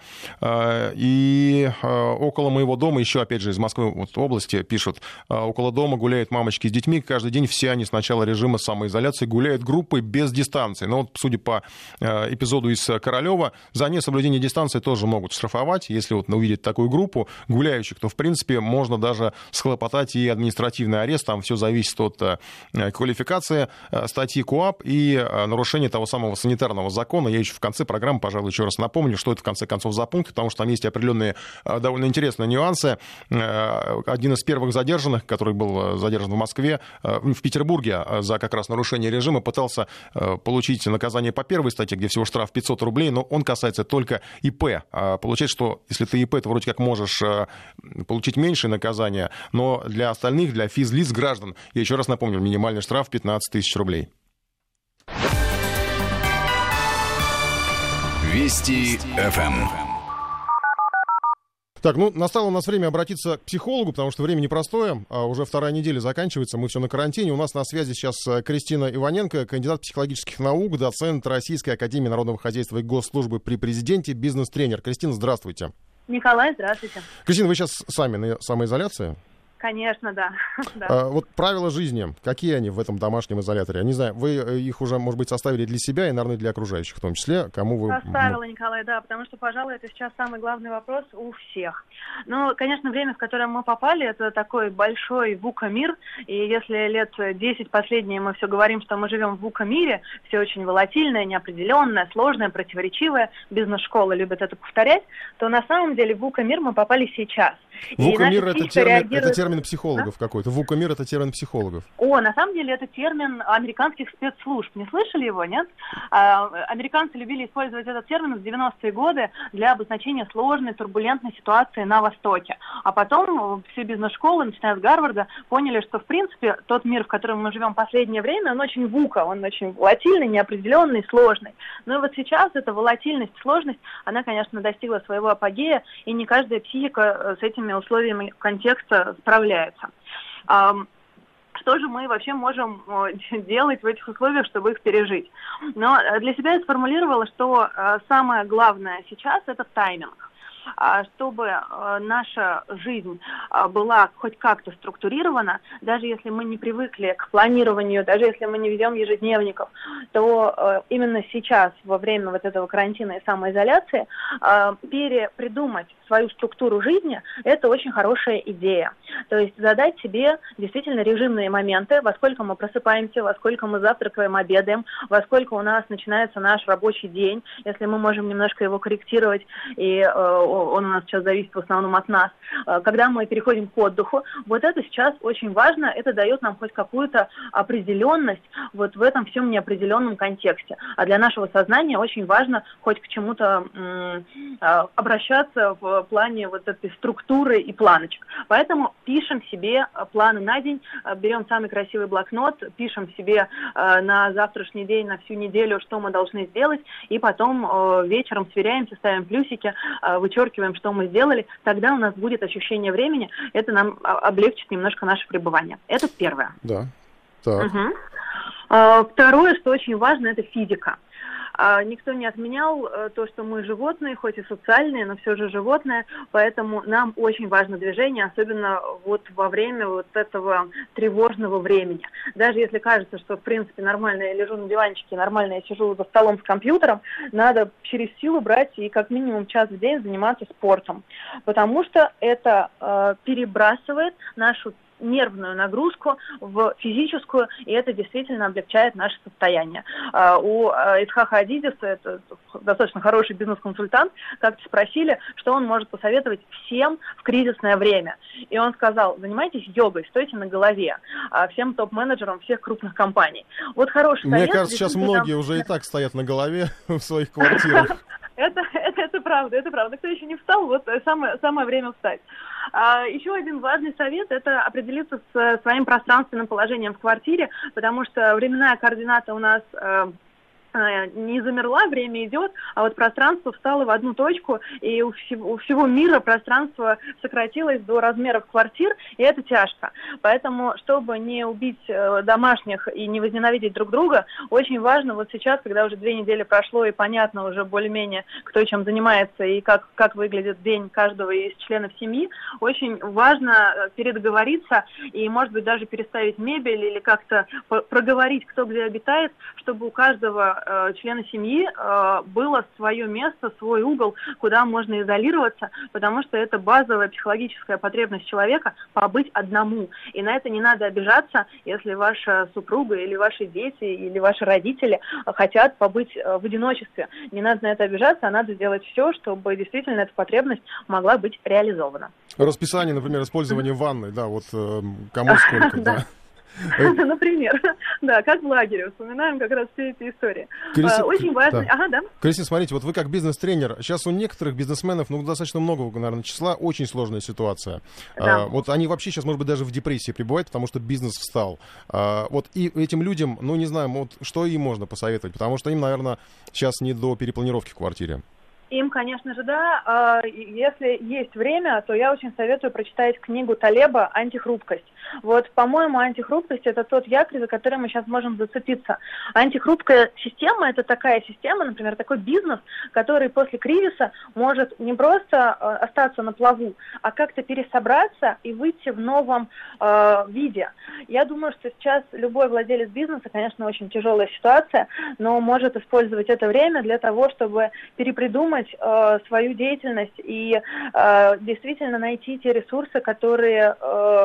И около моего дома, еще опять же из Москвы вот, области, пишут: около дома гуляют мамочки с детьми. Каждый день все они с начала режима самоизоляции гуляют группой без дистанции. Но вот, судя по эпизоду из Королева, за несоблюдение дистанции тоже могут штрафовать. Если вот увидеть такую группу гуляющих, то, в принципе, можно даже схлопотать и административный арест, там все зависит от квалификации статьи КоАП и нарушения того самого санитарного закона. Я еще в конце программы, пожалуй, еще раз напомню, что это в конце концов за пункт, потому что там есть определенные довольно интересные нюансы. Один из первых задержанных, который был задержан в Москве, в Петербурге за как раз нарушение режима, пытался получить наказание по первой статье, где всего штраф 500 рублей, но он касается только ИП. Получается, что если ты ИП, то вроде как можешь получить меньшее наказание, но для остальных, для физлиц, граждан, я еще раз напомню, минимальный штраф 15 тысяч рублей. Вести ФМ. Так, ну, настало у нас время обратиться к психологу, потому что время непростое, уже 2-я неделя заканчивается, мы все на карантине. У нас на связи сейчас Кристина Иваненко, кандидат психологических наук, доцент Российской академии народного хозяйства и госслужбы при президенте, бизнес-тренер. Кристина, здравствуйте. Николай, здравствуйте. Кристина, вы сейчас сами на самоизоляции? Конечно, да. Вот правила жизни, какие они в этом домашнем изоляторе? Я не знаю, вы их уже, может быть, составили для себя и, наверное, для окружающих в том числе. Кому вы... Составила, Николай, да, потому что, пожалуй, это сейчас самый главный вопрос у всех. Ну, конечно, время, в которое мы попали, это такой большой вука-мир, и если лет 10 последние мы все говорим, что мы живем в вука-мире, все очень волатильное, неопределенное, сложное, противоречивое, бизнес-школы любят это повторять, то на самом деле в вука-мир мы попали сейчас. Вука-мир — это термин психологов какой-то. Вука-мир — это термин психологов. На самом деле это термин американских спецслужб. Не слышали его, нет? Американцы любили использовать этот термин в 90-е годы для обозначения сложной, турбулентной ситуации на Востоке. А потом все бизнес-школы, начиная с Гарварда, поняли, что, в принципе, тот мир, в котором мы живем в последнее время, он очень вука, он очень волатильный, неопределенный, сложный. Но и вот сейчас эта волатильность, сложность, она, конечно, достигла своего апогея, и не каждая психика с этими условиями контекста справляется. что же мы вообще можем делать в этих условиях, чтобы их пережить. Но для себя я сформулировала, что самое главное сейчас – это тайминг. Чтобы наша жизнь была хоть как-то структурирована, даже если мы не привыкли к планированию, даже если мы не ведем ежедневников, то именно сейчас, во время вот этого карантина и самоизоляции, перепридумать свою структуру жизни – это очень хорошая идея. То есть задать себе действительно режимные моменты, во сколько мы просыпаемся, во сколько мы завтракаем, обедаем, во сколько у нас начинается наш рабочий день, если мы можем немножко его корректировать, и он у нас сейчас зависит в основном от нас. Когда мы переходим к отдыху, вот это сейчас очень важно, это дает нам хоть какую-то определенность вот в этом всем неопределенном контексте. А для нашего сознания очень важно хоть к чему-то обращаться в плане вот этой структуры и планочек. Поэтому пишем себе планы на день, берем самый красивый блокнот, пишем себе на завтрашний день, на всю неделю, что мы должны сделать, и потом вечером сверяемся, ставим плюсики, вычеркиваем, что мы сделали, тогда у нас будет ощущение времени, это нам облегчит немножко наше пребывание. Это первое. Да. Так. Угу. Второе, что очень важно, это физика. Никто не отменял то, что мы животные, хоть и социальные, но все же животные, поэтому нам очень важно движение, особенно вот во время вот этого тревожного времени. Даже если кажется, что в принципе нормально я лежу на диванчике, нормально я сижу за столом с компьютером, надо через силу брать и как минимум час в день заниматься спортом, потому что это перебрасывает нашу нервную нагрузку в физическую, и это действительно облегчает наше состояние. У Ицхака Адидиса, это достаточно хороший бизнес-консультант, как-то спросили, что он может посоветовать всем в кризисное время. И он сказал: занимайтесь йогой, стойте на голове, всем топ-менеджерам всех крупных компаний. Вот хороший совет. Мне кажется, сейчас многие уже и так стоят на голове в своих квартирах. Это правда, это правда. Кто еще не встал, вот самое время встать. Еще один важный совет – это определиться с своим пространственным положением в квартире, потому что временная координата у нас не замерла, время идет, а вот пространство встало в одну точку, и у всего мира пространство сократилось до размеров квартир, и это тяжко. Поэтому, чтобы не убить домашних и не возненавидеть друг друга, очень важно вот сейчас, когда уже 2 недели прошло, и понятно уже более-менее, кто чем занимается и как выглядит день каждого из членов семьи, очень важно передоговориться и, может быть, даже переставить мебель или как-то проговорить, кто где обитает, чтобы у каждого члена семьи было свое место, свой угол, куда можно изолироваться, потому что это базовая психологическая потребность человека побыть одному. И на это не надо обижаться, если ваша супруга или ваши дети или ваши родители хотят побыть в одиночестве. Не надо на это обижаться, а надо сделать все, чтобы действительно эта потребность могла быть реализована. Расписание, например, использования ванной, да, вот кому сколько, да. Например, да, как в лагере, вспоминаем как раз все эти истории. Очень важно. Да. Кристина, смотрите, вот вы как бизнес-тренер, сейчас у некоторых бизнесменов, достаточно много, наверное, числа, очень сложная ситуация. Да. Вот они вообще сейчас, может быть, даже в депрессии пребывают, потому что бизнес встал. Вот и этим людям, не знаю, вот что им можно посоветовать, потому что им, наверное, сейчас не до перепланировки в квартире. Им, конечно же, да. Если есть время, то я очень советую прочитать книгу Талеба «Антихрупкость». Вот, по-моему, антихрупкость – это тот якорь, за который мы сейчас можем зацепиться. Антихрупкая система – это такая система, например, такой бизнес, который после кризиса может не просто остаться на плаву, а как-то пересобраться и выйти в новом виде. Я думаю, что сейчас любой владелец бизнеса, конечно, очень тяжелая ситуация, но может использовать это время для того, чтобы перепридумать свою деятельность и действительно найти те ресурсы, которые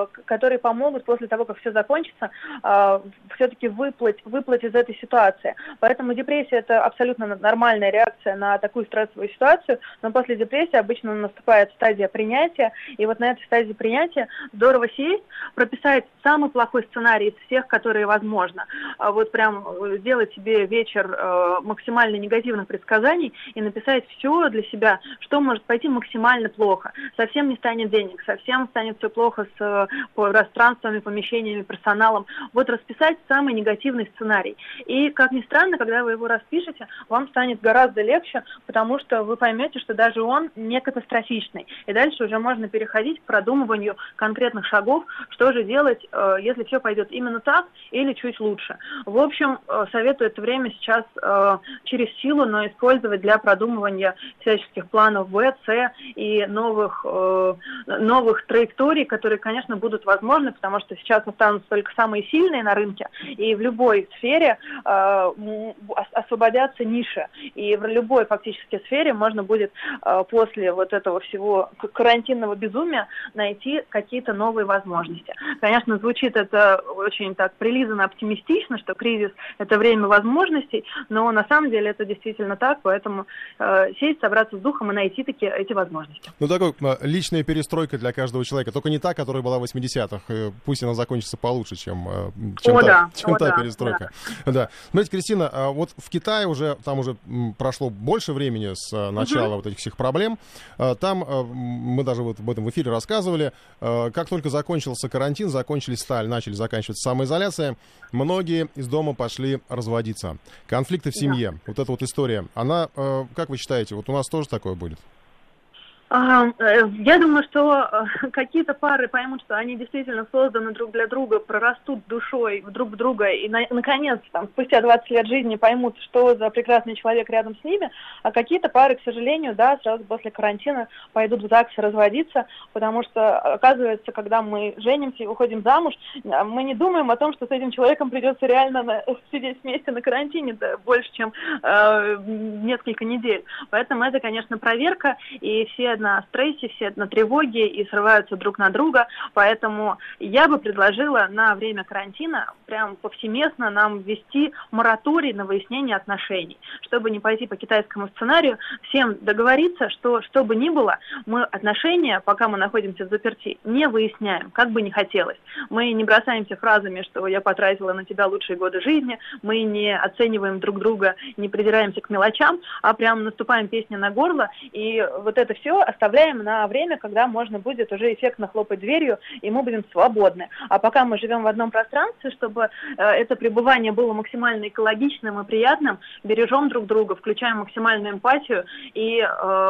помогут после того, как все закончится, все-таки выплыть из этой ситуации. Поэтому депрессия – это абсолютно нормальная реакция на такую стрессовую ситуацию, но после депрессии обычно наступает стадия принятия, и вот на этой стадии принятия здорово сесть, прописать самый плохой сценарий из всех, которые возможно. Вот прям сделать себе вечер максимально негативных предсказаний и написать все для себя, что может пойти максимально плохо. Совсем не станет денег, совсем станет все плохо с пространствами, помещениями, персоналом. Вот расписать самый негативный сценарий. И, как ни странно, когда вы его распишете, вам станет гораздо легче, потому что вы поймете, что даже он не катастрофичный. И дальше уже можно переходить к продумыванию конкретных шагов, что же делать, если все пойдет именно так или чуть лучше. В общем, советую это время сейчас через силу, но использовать для продумывания всяческих планов Б, С и новых траекторий, которые, конечно, будут возможны, потому что сейчас останутся только самые сильные на рынке, и в любой сфере освободятся ниши. И в любой фактически сфере можно будет после вот этого всего карантинного безумия найти какие-то новые возможности. Конечно, звучит это очень так прилизанно, оптимистично, что кризис – это время возможностей, но на самом деле это действительно так, поэтому сесть, собраться с духом и найти такие эти возможности. Ну, такой личная перестройка для каждого человека, только не та, которая была в 80-х. Пусть она закончится получше, чем та перестройка. Да. Смотрите, Кристина, вот в Китае там уже прошло больше времени с начала вот этих всех проблем. Там мы даже вот об этом в эфире рассказывали. Как только закончился карантин, начали заканчиваться самоизоляция, многие из дома пошли разводиться. Конфликты в семье, вот эта вот история, она, как вы считаете, вот у нас тоже такое будет? Я думаю, что какие-то пары поймут, что они действительно созданы друг для друга, прорастут душой друг в друга и, наконец, спустя 20 лет жизни поймут, что за прекрасный человек рядом с ними, а какие-то пары, к сожалению, сразу после карантина пойдут в ЗАГС разводиться, потому что, оказывается, когда мы женимся и уходим замуж, мы не думаем о том, что с этим человеком придется реально сидеть вместе на карантине больше, чем несколько недель. Поэтому это, конечно, проверка, и все на стрессе, все на тревоге и срываются друг на друга, поэтому я бы предложила на время карантина прям повсеместно нам ввести мораторий на выяснение отношений, чтобы не пойти по китайскому сценарию, всем договориться, что бы ни было, мы отношения, пока мы находимся в заперти, не выясняем, как бы ни хотелось. Мы не бросаемся фразами, что я потратила на тебя лучшие годы жизни, мы не оцениваем друг друга, не придираемся к мелочам, а прям наступаем песни на горло, и вот это все оставляем на время, когда можно будет уже эффектно хлопать дверью, и мы будем свободны. А пока мы живем в одном пространстве, чтобы это пребывание было максимально экологичным и приятным, бережем друг друга, включаем максимальную эмпатию и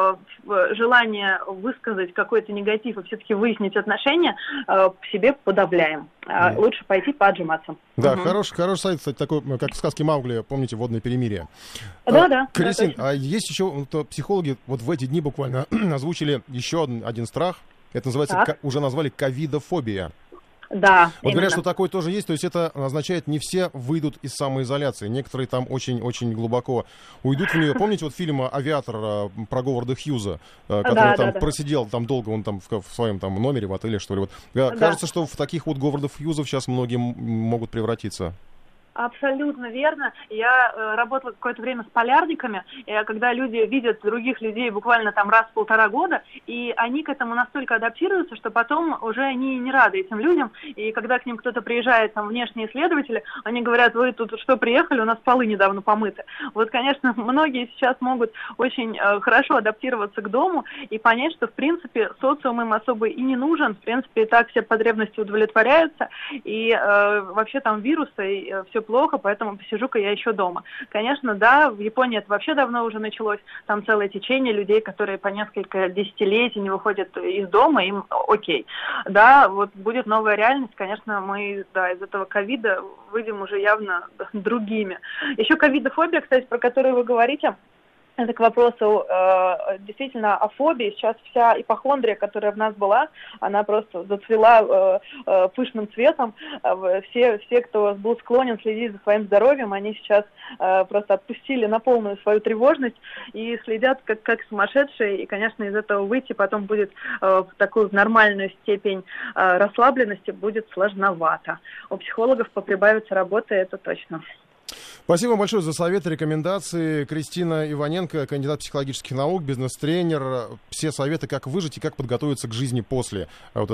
желание высказать какой-то негатив и все-таки выяснить отношения себе подавляем. Лучше пойти поотжиматься. Да, хороший сайт, кстати, такой, как в сказке Маугли, помните, «Водное перемирие». Да. Кристин, а есть еще психологи вот в эти дни буквально озвучили еще один страх. Это называется, уже назвали ковидофобия. Да, вот говорят, что такое тоже есть, то есть это означает, не все выйдут из самоизоляции, некоторые там очень-очень глубоко уйдут в нее. Помните вот фильм «Авиатор» про Говарда Хьюза, который просидел там долго, он там в своем там номере в отеле, что ли. Вот. Кажется, что в таких вот Говардов Хьюзов сейчас многие могут превратиться. Абсолютно верно. Я работала какое-то время с полярниками, когда люди видят других людей буквально там раз в 1,5 года, и они к этому настолько адаптируются, что потом уже они не рады этим людям, и когда к ним кто-то приезжает, там, внешние исследователи, они говорят: вы тут что приехали, у нас полы недавно помыты. Вот, конечно, многие сейчас могут очень хорошо адаптироваться к дому и понять, что, в принципе, социум им особо и не нужен, в принципе, и так все потребности удовлетворяются, и вообще там вирусы, и все плохо, поэтому посижу-ка я еще дома. Конечно, да, в Японии это вообще давно уже началось. Там целое течение людей, которые по несколько десятилетий не выходят из дома, им окей. Да, вот будет новая реальность, конечно, мы из этого ковида выйдем уже явно другими. Еще ковидофобия, кстати, про которую вы говорите, это к вопросу действительно о фобии. Сейчас вся ипохондрия, которая в нас была, она просто зацвела пышным цветом. Все, кто был склонен следить за своим здоровьем, они сейчас просто отпустили на полную свою тревожность и следят как сумасшедшие. И, конечно, из этого выйти потом будет в такую нормальную степень расслабленности будет сложновато. У психологов поприбавится работы, это точно. Спасибо большое за советы, рекомендации. Кристина Иваненко, кандидат психологических наук, бизнес-тренер. Все советы, как выжить и как подготовиться к жизни после вот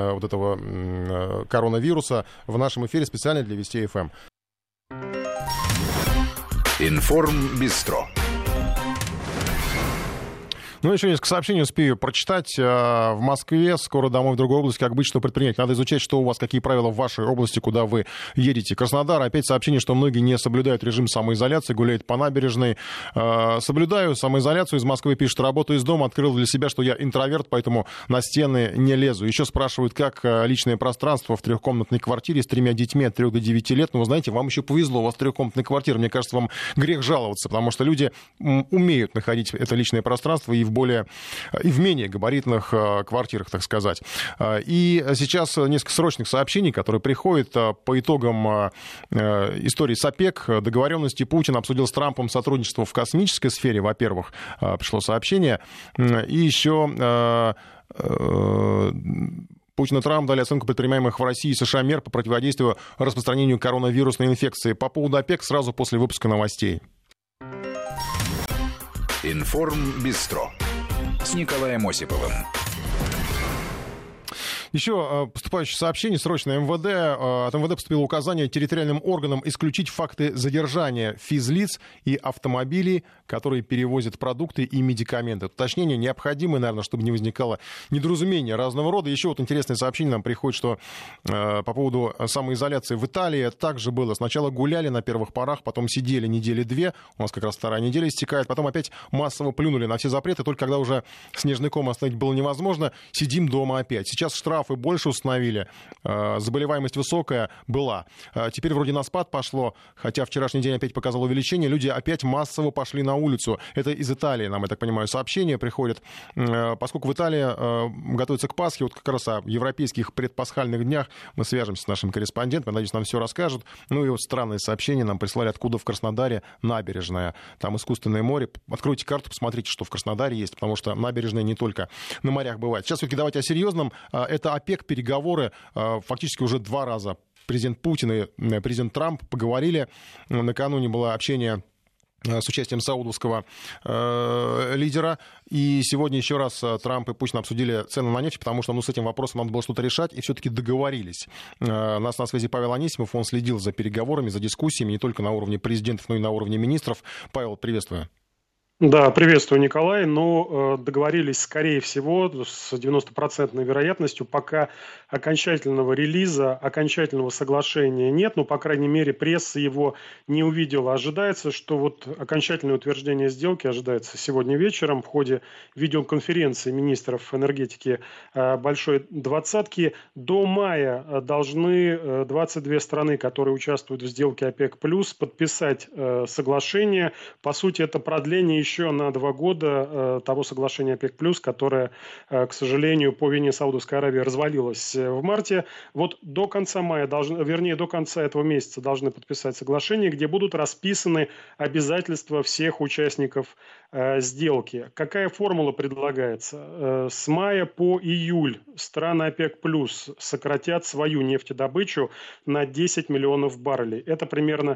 этого коронавируса в нашем эфире специально для Вести ФМ. Информбистро. Ну, еще несколько сообщений успею прочитать. В Москве, скоро домой в другой области, как быть, что предпринять. Надо изучать, что у вас, какие правила в вашей области, куда вы едете. Краснодар, опять сообщение, что многие не соблюдают режим самоизоляции, гуляют по набережной. Соблюдаю самоизоляцию. Из Москвы пишет, работаю из дома, открыл для себя, что я интроверт, поэтому на стены не лезу. Еще спрашивают, как личное пространство в трехкомнатной квартире с 3 детьми от 3 до 9 лет. Ну, вы знаете, вам еще повезло, у вас трехкомнатная квартира. Мне кажется, вам грех жаловаться, потому что люди умеют находить это личное пространство и в менее габаритных квартирах, так сказать. И сейчас несколько срочных сообщений, которые приходят по итогам истории с ОПЕК. Договоренности Путин обсудил с Трампом сотрудничество в космической сфере, во-первых, пришло сообщение. И еще Путин и Трамп дали оценку предпринимаемых в России и США мер по противодействию распространению коронавирусной инфекции. По поводу ОПЕК сразу после выпуска новостей. Информбистро с Николаем Осиповым. Еще поступающее сообщение, срочное МВД. От МВД поступило указание территориальным органам исключить факты задержания физлиц и автомобилей, которые перевозят продукты и медикаменты. Уточнение необходимо, наверное, чтобы не возникало недоразумения разного рода. Еще вот интересное сообщение нам приходит, что по поводу самоизоляции в Италии также было. Сначала гуляли на первых порах, потом сидели недели 2, у нас как раз вторая неделя истекает, потом опять массово плюнули на все запреты, только когда уже снежный ком остановить было невозможно, сидим дома опять. Сейчас штрафы больше установили, заболеваемость высокая была. Теперь вроде на спад пошло, хотя вчерашний день опять показал увеличение, люди опять массово пошли на улицу. Это из Италии, нам, я так понимаю, сообщения приходят. Поскольку в Италии готовится к Пасхе, вот как раз о европейских предпасхальных днях мы свяжемся с нашим корреспондентом, надеюсь, нам все расскажут. Ну и вот странные сообщения нам прислали, откуда в Краснодаре набережная. Там искусственное море. Откройте карту, посмотрите, что в Краснодаре есть, потому что набережная не только на морях бывает. Сейчас все-таки давайте о серьезном. Это ОПЕК, переговоры, фактически уже 2 раза президент Путин и президент Трамп поговорили. Накануне было общение с участием саудовского лидера. И сегодня еще раз Трамп и Путин обсудили цены на нефть, потому что с этим вопросом надо было что-то решать, и все-таки договорились. У нас на связи Павел Анисимов, он следил за переговорами, за дискуссиями не только на уровне президентов, но и на уровне министров. Павел, приветствую. Да, приветствую, Николай. Но договорились, скорее всего, с 90% вероятностью, пока окончательного релиза, окончательного соглашения нет, но, по крайней мере, пресса его не увидела. Ожидается, что вот окончательное утверждение сделки ожидается сегодня вечером в ходе видеоконференции министров энергетики Большой Двадцатки. До мая должны 22 страны, которые участвуют в сделке ОПЕК+, подписать соглашение. По сути, это продление еще на 2 года того соглашения ОПЕК+, которое, к сожалению, по вине Саудовской Аравии развалилось в марте. Вот до конца мая, до конца этого месяца должны подписать соглашение, где будут расписаны обязательства всех участников сделки. Какая формула предлагается? С мая по июль страны ОПЕК+ сократят свою нефтедобычу на 10 миллионов баррелей. Это примерно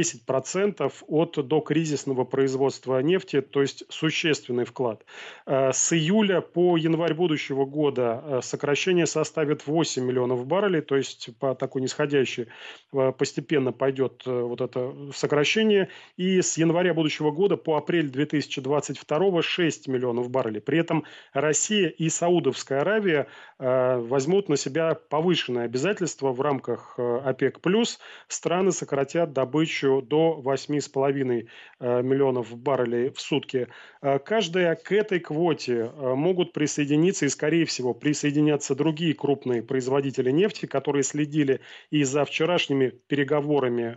10% от докризисного производства нефти, то есть существенный вклад. С июля по январь будущего года сокращение составит 8 миллионов баррелей, то есть по такой нисходящей постепенно пойдет вот это сокращение. И с января будущего года по апрель 2022 6 миллионов баррелей. При этом Россия и Саудовская Аравия возьмут на себя повышенные обязательства в рамках ОПЕК+. Страны сократят добычу до 8,5 миллионов баррелей в сутки. Каждая к этой квоте могут присоединиться и, скорее всего, присоединятся другие крупные производители нефти, которые следили и за вчерашними переговорами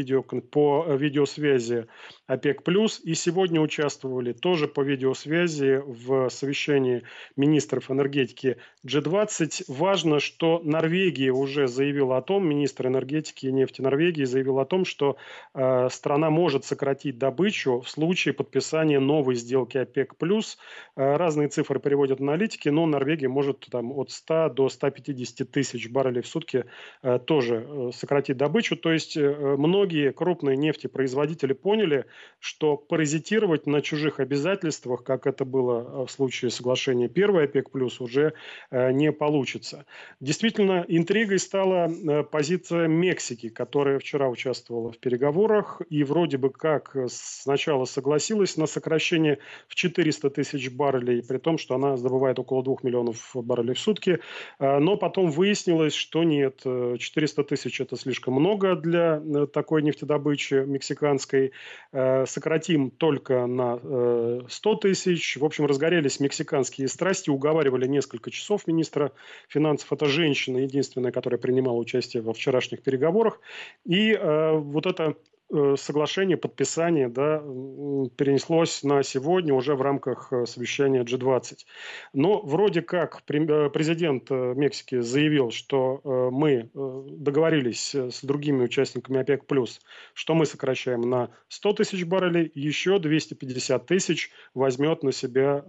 по видеосвязи ОПЕК+, и сегодня участвовали тоже по видеосвязи в совещании министров энергетики G20. Важно, что Норвегия уже заявила о том, министр энергетики и нефти Норвегии заявил о том, что страна может сократить добычу в случае подписания новой сделки ОПЕК+. Разные цифры приводят аналитики, но Норвегия может там, от 100 до 150 тысяч баррелей в сутки тоже сократить добычу. То есть многие крупные нефтепроизводители поняли, что паразитировать на чужих обязательствах, как это было в случае соглашения первой ОПЕК+, уже не получится. Действительно, интригой стала позиция Мексики, которая вчера участвовала в переговорах и вроде бы как сначала согласилась на сокращение в 400 тысяч баррелей, при том, что она добывает около 2 миллионов баррелей в сутки. Но потом выяснилось, что нет, 400 тысяч – это слишком много для такой нефтедобычи мексиканской. Сократим только на 100 тысяч. В общем, разгорелись мексиканские страсти, уговаривали несколько часов министра финансов. Это женщина, единственная, которая принимала участие во вчерашних переговорах. И вот это соглашение, подписание, да, перенеслось на сегодня уже в рамках совещания G20. Но вроде как президент Мексики заявил, что мы договорились с другими участниками ОПЕК+, что мы сокращаем на 100 тысяч баррелей, еще 250 тысяч возьмут на себя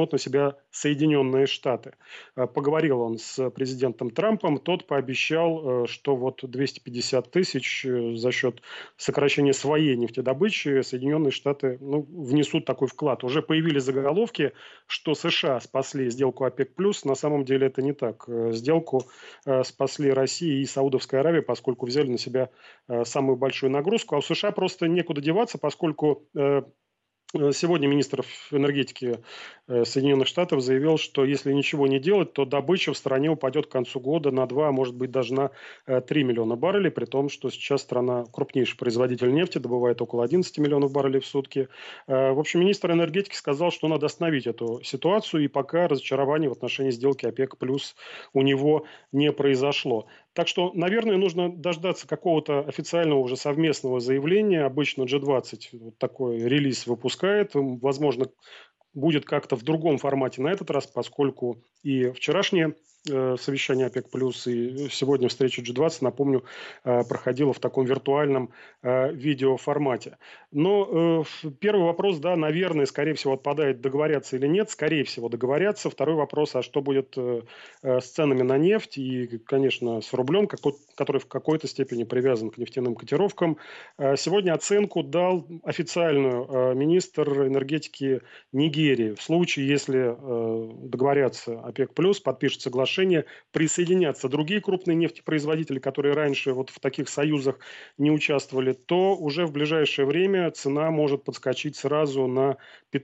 Соединенные Штаты. Поговорил он с президентом Трампом, тот пообещал, что вот 250 тысяч за счет сокращения своей нефтедобычи Соединенные Штаты внесут такой вклад. Уже появились заголовки, что США спасли сделку ОПЕК+. На самом деле это не так. Сделку спасли Россия и Саудовская Аравия, поскольку взяли на себя самую большую нагрузку. А у США просто некуда деваться, поскольку сегодня министр энергетики Соединенных Штатов заявил, что если ничего не делать, то добыча в стране упадет к концу года на 2, а может быть даже на 3 миллиона баррелей, при том, что сейчас страна крупнейший производитель нефти, добывает около 11 миллионов баррелей в сутки. В общем, министр энергетики сказал, что надо остановить эту ситуацию, и пока разочарование в отношении сделки ОПЕК+ у него не произошло. Так что, наверное, нужно дождаться какого-то официального уже совместного заявления. Обычно G20 вот такой релиз выпускает. Возможно, будет как-то в другом формате на этот раз, поскольку и вчерашнее совещание ОПЕК+, и сегодня встреча G20, напомню, проходила в таком виртуальном видеоформате. Но первый вопрос, да, наверное, скорее всего, отпадает, договорятся или нет. Скорее всего, договорятся. Второй вопрос, а что будет с ценами на нефть и, конечно, с рублем, который в какой-то степени привязан к нефтяным котировкам. Сегодня оценку дал официальную министр энергетики Нигерии. В случае, если договорятся ОПЕК+, подпишет соглашение, присоединятся другие крупные нефтепроизводители, которые раньше вот в таких союзах не участвовали, то уже в ближайшее время цена может подскочить сразу на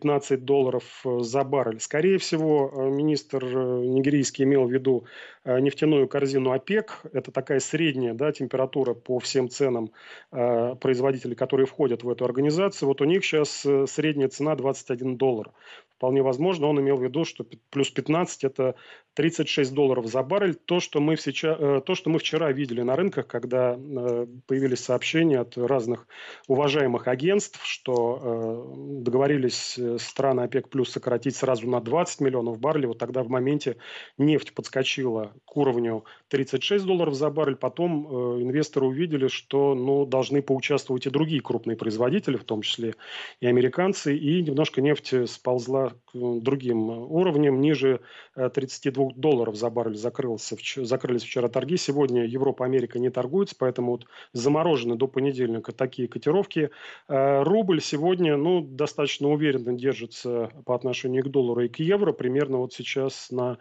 $15 за баррель. Скорее всего, министр нигерийский имел в виду нефтяную корзину ОПЕК. Это такая средняя, да, температура по всем ценам производителей, которые входят в эту организацию. Вот у них сейчас средняя цена $21. Вполне возможно, он имел в виду, что плюс 15 – это $36 за баррель. То, что мы вчера видели на рынках, когда появились сообщения от разных уважаемых агентств, что договорились страны ОПЕК+ сократить сразу на 20 миллионов баррелей. Вот тогда в моменте нефть подскочила к уровню $36 за баррель. Потом инвесторы увидели, что должны поучаствовать и другие крупные производители, в том числе и американцы, и немножко нефть сползла к другим уровням, ниже $32 за баррель закрылись вчера торги. Сегодня Европа, Америка не торгуются, поэтому вот заморожены до понедельника такие котировки. Рубль сегодня достаточно уверенно держится по отношению к доллару и к евро. Примерно вот сейчас на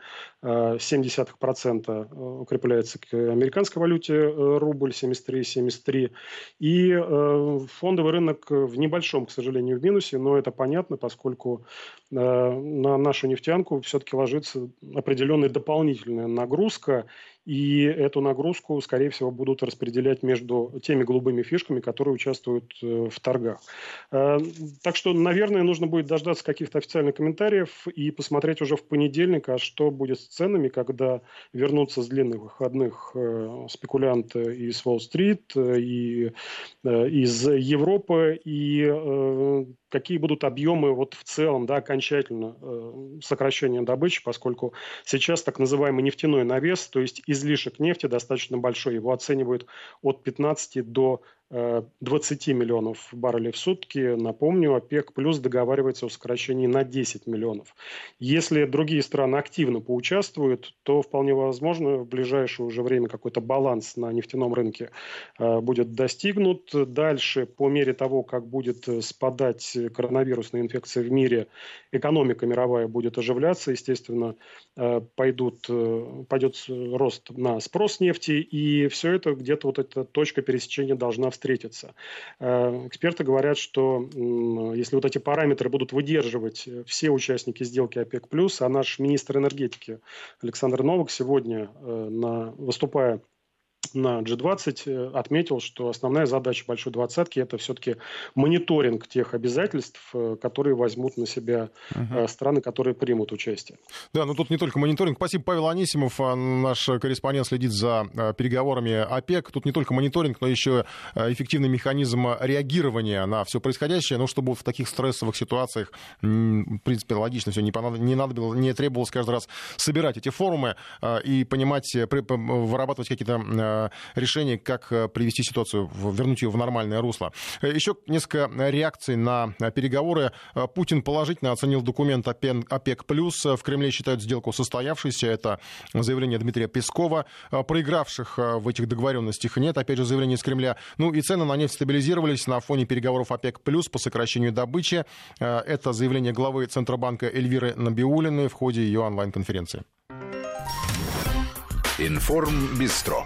0,7% укрепляется к американской валюте рубль 73,73. И фондовый рынок в небольшом, к сожалению, в минусе, но это понятно, поскольку на нашу нефтянку все-таки ложится определенная дополнительная нагрузка, и эту нагрузку, скорее всего, будут распределять между теми голубыми фишками, которые участвуют в торгах. Так что, наверное, нужно будет дождаться каких-то официальных комментариев и посмотреть уже в понедельник, а что будет с ценами, когда вернутся с длинных выходных спекулянты из Уолл-стрит, и из Европы, и какие будут объемы вот в целом, да, окончательно сокращения добычи, поскольку сейчас так называемый нефтяной навес, то есть излишек нефти достаточно большой, его оценивают от 15 до 20 миллионов баррелей в сутки. Напомню, ОПЕК+ договаривается о сокращении на 10 миллионов. Если другие страны активно поучаствуют, то вполне возможно в ближайшее уже время какой-то баланс на нефтяном рынке будет достигнут. Дальше, по мере того, как будет спадать коронавирусная инфекция в мире, экономика мировая будет оживляться, естественно, пойдет рост на спрос нефти, и все это где-то вот эта точка пересечения должна встретиться встретиться. Эксперты говорят, что если вот эти параметры будут выдерживать все участники сделки ОПЕК+, а наш министр энергетики Александр Новак сегодня, выступая на G20, отметил, что основная задача Большой Двадцатки – это все-таки мониторинг тех обязательств, которые возьмут на себя страны, которые примут участие. Да, но тут не только мониторинг. Спасибо, Павел Анисимов, наш корреспондент, следит за переговорами ОПЕК. Тут не только мониторинг, но еще эффективный механизм реагирования на все происходящее, ну, чтобы в таких стрессовых ситуациях, в принципе, логично все, не требовалось каждый раз собирать эти форумы и понимать, вырабатывать какие-то решение, как привести ситуацию, вернуть ее в нормальное русло. Еще несколько реакций на переговоры. Путин положительно оценил документ ОПЕК+. В Кремле считают сделку состоявшейся. Это заявление Дмитрия Пескова. Проигравших в этих договоренностях нет. Опять же, заявление из Кремля. Ну и цены на нефть стабилизировались на фоне переговоров ОПЕК+, по сокращению добычи. Это заявление главы Центробанка Эльвиры Набиуллиной в ходе ее онлайн-конференции. Информбистро.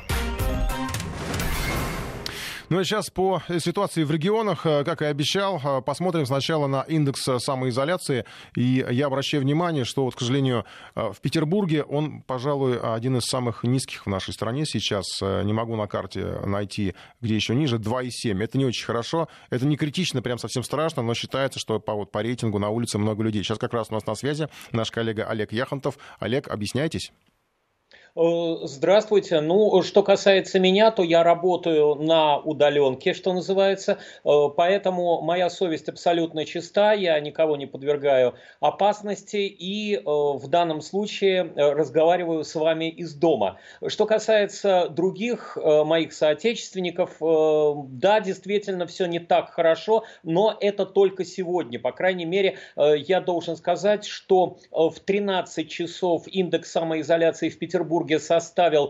Ну а сейчас по ситуации в регионах, как и обещал, посмотрим сначала на индекс самоизоляции. И я обращаю внимание, что, вот, к сожалению, в Петербурге он, пожалуй, один из самых низких в нашей стране сейчас. Не могу на карте найти, где еще ниже, 2,7. Это не очень хорошо, это не критично, прям совсем страшно, но считается, что по рейтингу на улице много людей. Сейчас как раз у нас на связи наш коллега Олег Яхонтов. Олег, объясняйтесь. Здравствуйте. Ну, что касается меня, то я работаю на удаленке, что называется, поэтому моя совесть абсолютно чиста, я никого не подвергаю опасности и в данном случае разговариваю с вами из дома. Что касается других моих соотечественников, да, действительно, все не так хорошо, но это только сегодня. По крайней мере, я должен сказать, что в 13 часов индекс самоизоляции в Петербурге составил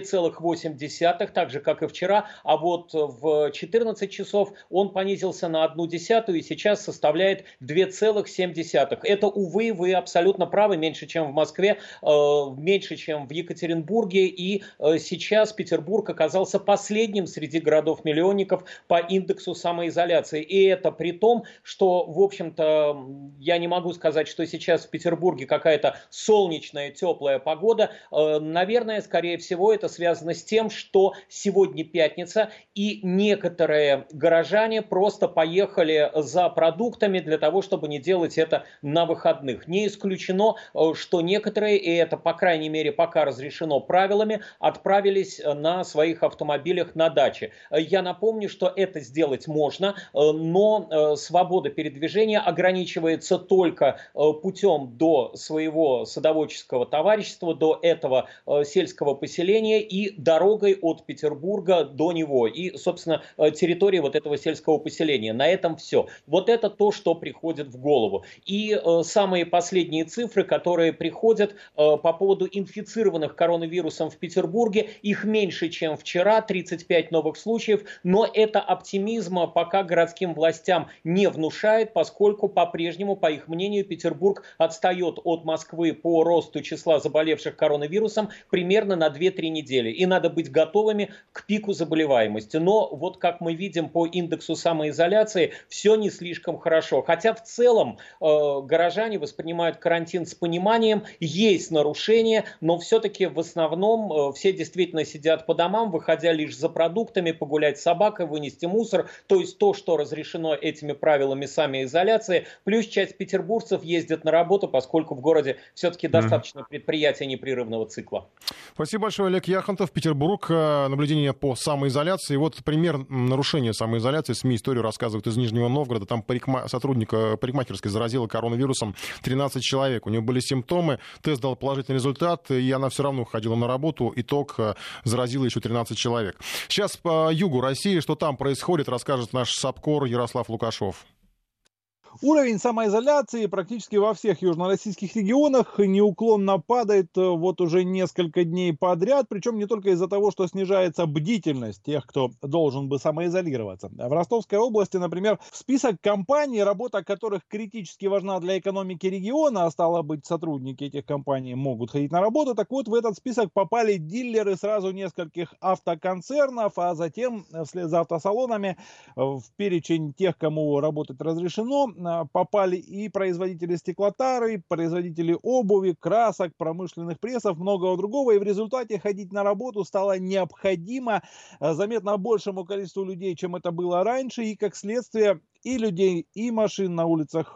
2,8, так же, как и вчера, а вот в 14 часов он понизился на 0,1 и сейчас составляет 2,7. Это, увы, вы абсолютно правы, меньше, чем в Москве, меньше, чем в Екатеринбурге, и сейчас Петербург оказался последним среди городов-миллионников по индексу самоизоляции. И это при том, что, в общем-то, я не могу сказать, что сейчас в Петербурге какая-то солнечная, теплая погода. Наверное, скорее всего, это связано с тем, что сегодня пятница, и некоторые горожане просто поехали за продуктами для того, чтобы не делать это на выходных. Не исключено, что некоторые, и это, по крайней мере, пока разрешено правилами, отправились на своих автомобилях на даче. Я напомню, что это сделать можно, но свобода передвижения ограничивается только путем до своего садоводческого товарищества, до этого сельского поселения и дорогой от Петербурга до него. И, собственно, территории вот этого сельского поселения. На этом все. Вот это то, что приходит в голову. И самые последние цифры, которые приходят по поводу инфицированных коронавирусом в Петербурге, их меньше, чем вчера, 35 новых случаев, но это оптимизма пока городским властям не внушает, поскольку по-прежнему, по их мнению, Петербург отстает от Москвы по росту числа заболевших коронавирусом примерно на 2-3 недели. И надо быть готовыми к пику заболеваемости. Но вот как мы видим по индексу самоизоляции, все не слишком хорошо. Хотя в целом горожане воспринимают карантин с пониманием, есть нарушения, но все-таки в основном все действительно сидят по домам, выходя лишь за продуктами, погулять с собакой, вынести мусор. То есть то, что разрешено этими правилами самоизоляции. Плюс часть петербуржцев ездит на работу, поскольку в городе все-таки достаточно предприятий непрерывного цикла. Спасибо большое, Олег Яхонтов. Петербург. Наблюдение по самоизоляции. Вот пример нарушения самоизоляции. СМИ историю рассказывают из Нижнего Новгорода. Там сотрудник парикмахерской заразила коронавирусом 13 человек. У нее были симптомы. Тест дал положительный результат, и она все равно ходила на работу. Итог: заразила еще 13 человек. Сейчас по югу России. Что там происходит, расскажет наш САПКОР Ярослав Лукашов. Уровень самоизоляции практически во всех южно-российских регионах неуклонно падает вот уже несколько дней подряд, причем не только из-за того, что снижается бдительность тех, кто должен бы самоизолироваться. В Ростовской области, например, список компаний, работа которых критически важна для экономики региона, а стало быть, сотрудники этих компаний могут ходить на работу. Так вот, в этот список попали дилеры сразу нескольких автоконцернов, а затем вслед за автосалонами в перечень тех, кому работать разрешено, попали и производители стеклотары, производители обуви, красок, промышленных прессов, многого другого. И в результате ходить на работу стало необходимо заметно большему количеству людей, чем это было раньше. И как следствие и людей, и машин на улицах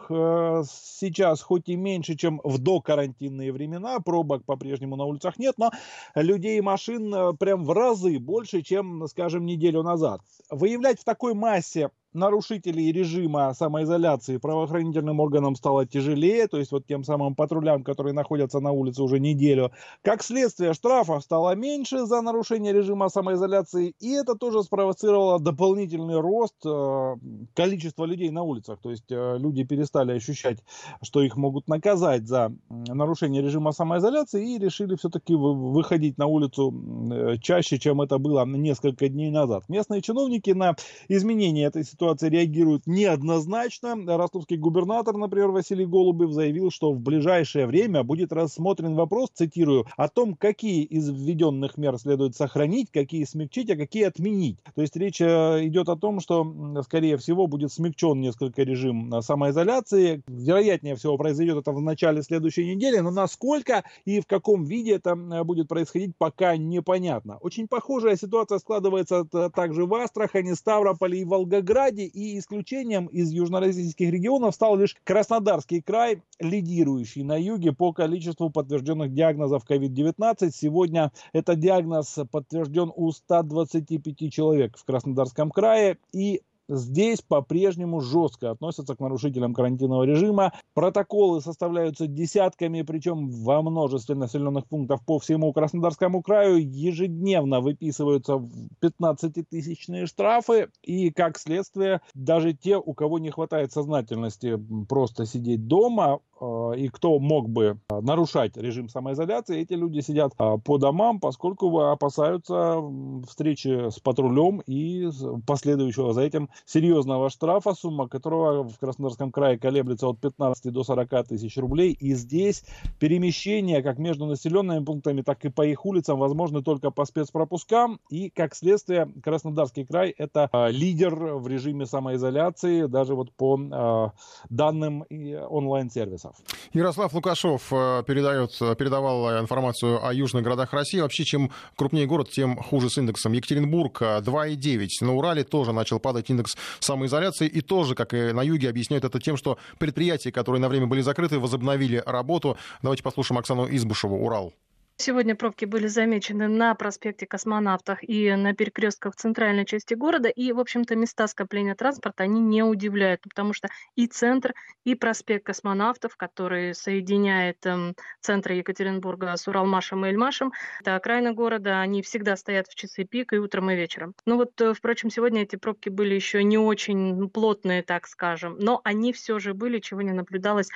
сейчас хоть и меньше, чем в докарантинные времена, пробок по-прежнему на улицах нет, но людей и машин прям в разы больше, чем, скажем, неделю назад. Выявлять в такой массе нарушителей режима самоизоляции правоохранительным органам стало тяжелее, то есть вот тем самым патрулям, которые находятся на улице уже неделю. Как следствие, штрафов стало меньше за нарушение режима самоизоляции, и это тоже спровоцировало дополнительный рост количества людей на улицах. То есть люди перестали ощущать, что их могут наказать за нарушение режима самоизоляции, и решили все-таки выходить на улицу чаще, чем это было несколько дней назад. Местные чиновники на изменение этой ситуации реагируют неоднозначно. Ростовский губернатор, например, Василий Голубев, заявил, что в ближайшее время будет рассмотрен вопрос, цитирую, о том, какие из введенных мер следует сохранить, какие смягчить, а какие отменить. То есть речь идет о том, что, скорее всего, будет смягчен несколько режим самоизоляции. Вероятнее всего, произойдет это в начале следующей недели, но насколько и в каком виде это будет происходить, пока непонятно. Очень похожая ситуация складывается также в Астрахани, Ставрополе и Волгограде. И исключением из южно-российских регионов стал лишь Краснодарский край, лидирующий на юге по количеству подтвержденных диагнозов COVID-19. Сегодня этот диагноз подтвержден у 125 человек в Краснодарском крае. И здесь по-прежнему жестко относятся к нарушителям карантинного режима. Протоколы составляются десятками, причем во множестве населенных пунктов по всему Краснодарскому краю. Ежедневно выписываются 15-тысячные штрафы. И, как следствие, даже те, у кого не хватает сознательности просто сидеть дома, и кто мог бы нарушать режим самоизоляции, эти люди сидят по домам, поскольку опасаются встречи с патрулем и последующего за этим серьезного штрафа, сумма которого в Краснодарском крае колеблется от 15 до 40 тысяч рублей. И здесь перемещение как между населенными пунктами, так и по их улицам возможны только по спецпропускам. И, как следствие, Краснодарский край – это лидер в режиме самоизоляции, даже вот по данным онлайн-сервисов. Ярослав Лукашов передавал информацию о южных городах России. Вообще, чем крупнее город, тем хуже с индексом. Екатеринбург 2,9. На Урале тоже начал падать индекс самоизоляции. И тоже, как и на юге, объясняют это тем, что предприятия, которые на время были закрыты, возобновили работу. Давайте послушаем Оксану Избушеву, Урал. Сегодня пробки были замечены на проспекте Космонавтов и на перекрестках в центральной части города. И, в общем-то, места скопления транспорта, они не удивляют, потому что и центр, и проспект Космонавтов, который соединяет центры Екатеринбурга с Уралмашем и Эльмашем, это окраины города, они всегда стоят в часы пик и утром, и вечером. Ну вот, впрочем, сегодня эти пробки были еще не очень плотные, так скажем, но они все же были, чего не наблюдалось,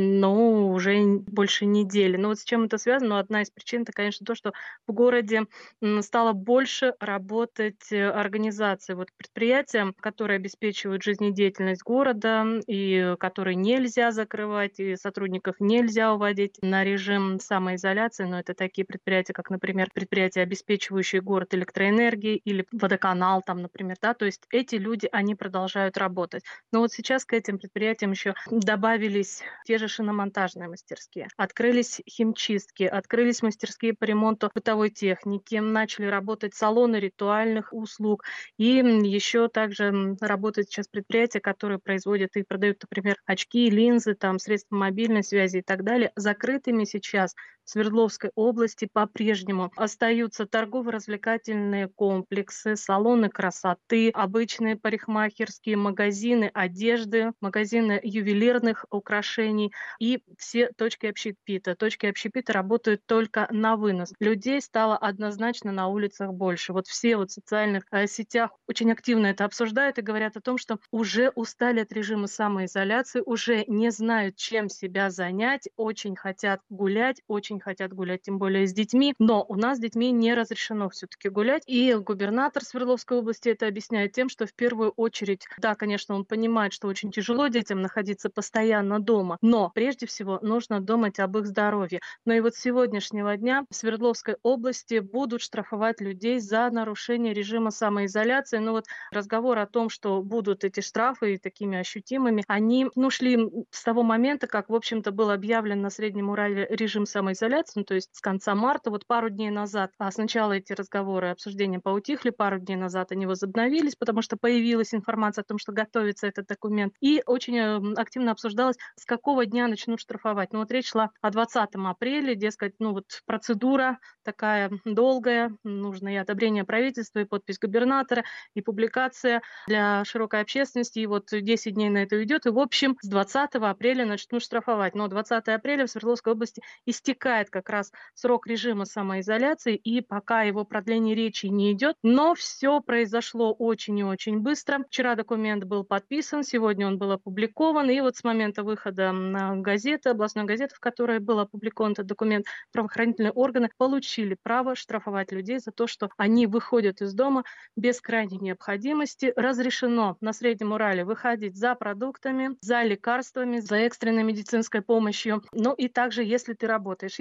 уже больше недели. Но вот с чем это связано? Одна из причин — это, конечно, то, что в городе стало больше работать организаций, предприятия, которые обеспечивают жизнедеятельность города и которые нельзя закрывать, и сотрудников нельзя уводить на режим самоизоляции. Но это такие предприятия, как, например, предприятия, обеспечивающие город электроэнергией или водоканал, например. Да? То есть эти люди, они продолжают работать. Но вот сейчас к этим предприятиям еще добавились те же шиномонтажные мастерские. Открылись химчистки, открылись мастерские по ремонту бытовой техники, начали работать салоны ритуальных услуг. И еще также работают сейчас предприятия, которые производят и продают, например, очки, линзы, средства мобильной связи и так далее. Закрытыми сейчас Свердловской области по-прежнему остаются торгово-развлекательные комплексы, салоны красоты, обычные парикмахерские магазины одежды, магазины ювелирных украшений и все точки общепита. Точки общепита работают только на вынос. Людей стало однозначно на улицах больше. Вот все в социальных сетях очень активно это обсуждают и говорят о том, что уже устали от режима самоизоляции, уже не знают, чем себя занять, очень хотят гулять, тем более с детьми, но у нас с детьми не разрешено все-таки гулять. И губернатор Свердловской области это объясняет тем, что в первую очередь, да, конечно, он понимает, что очень тяжело детям находиться постоянно дома, но прежде всего нужно думать об их здоровье. Но и вот с сегодняшнего дня в Свердловской области будут штрафовать людей за нарушение режима самоизоляции. Но вот разговор о том, что будут эти штрафы такими ощутимыми, они шли с того момента, как, в общем-то, был объявлен на Среднем Урале режим самоизоляции, то есть с конца марта, вот пару дней назад. А сначала эти разговоры и обсуждения поутихли, пару дней назад они возобновились, потому что появилась информация о том, что готовится этот документ. И очень активно обсуждалось, с какого дня начнут штрафовать. Ну вот речь шла о 20 апреля, дескать, процедура такая долгая, нужно и одобрение правительства, и подпись губернатора, и публикация для широкой общественности, и вот 10 дней на это уйдет, и в общем с 20 апреля начнут штрафовать. Но 20 апреля в Свердловской области истекает как раз срок режима самоизоляции, и пока его продление речи не идет, но все произошло очень и очень быстро. Вчера документ был подписан, сегодня он был опубликован, и вот с момента выхода газеты, областной газеты, в которой был опубликован этот документ, правоохранительные органы получили право штрафовать людей за то, что они выходят из дома без крайней необходимости. Разрешено на Среднем Урале выходить за продуктами, за лекарствами, за экстренной медицинской помощью. Ну и также, если ты работаешь,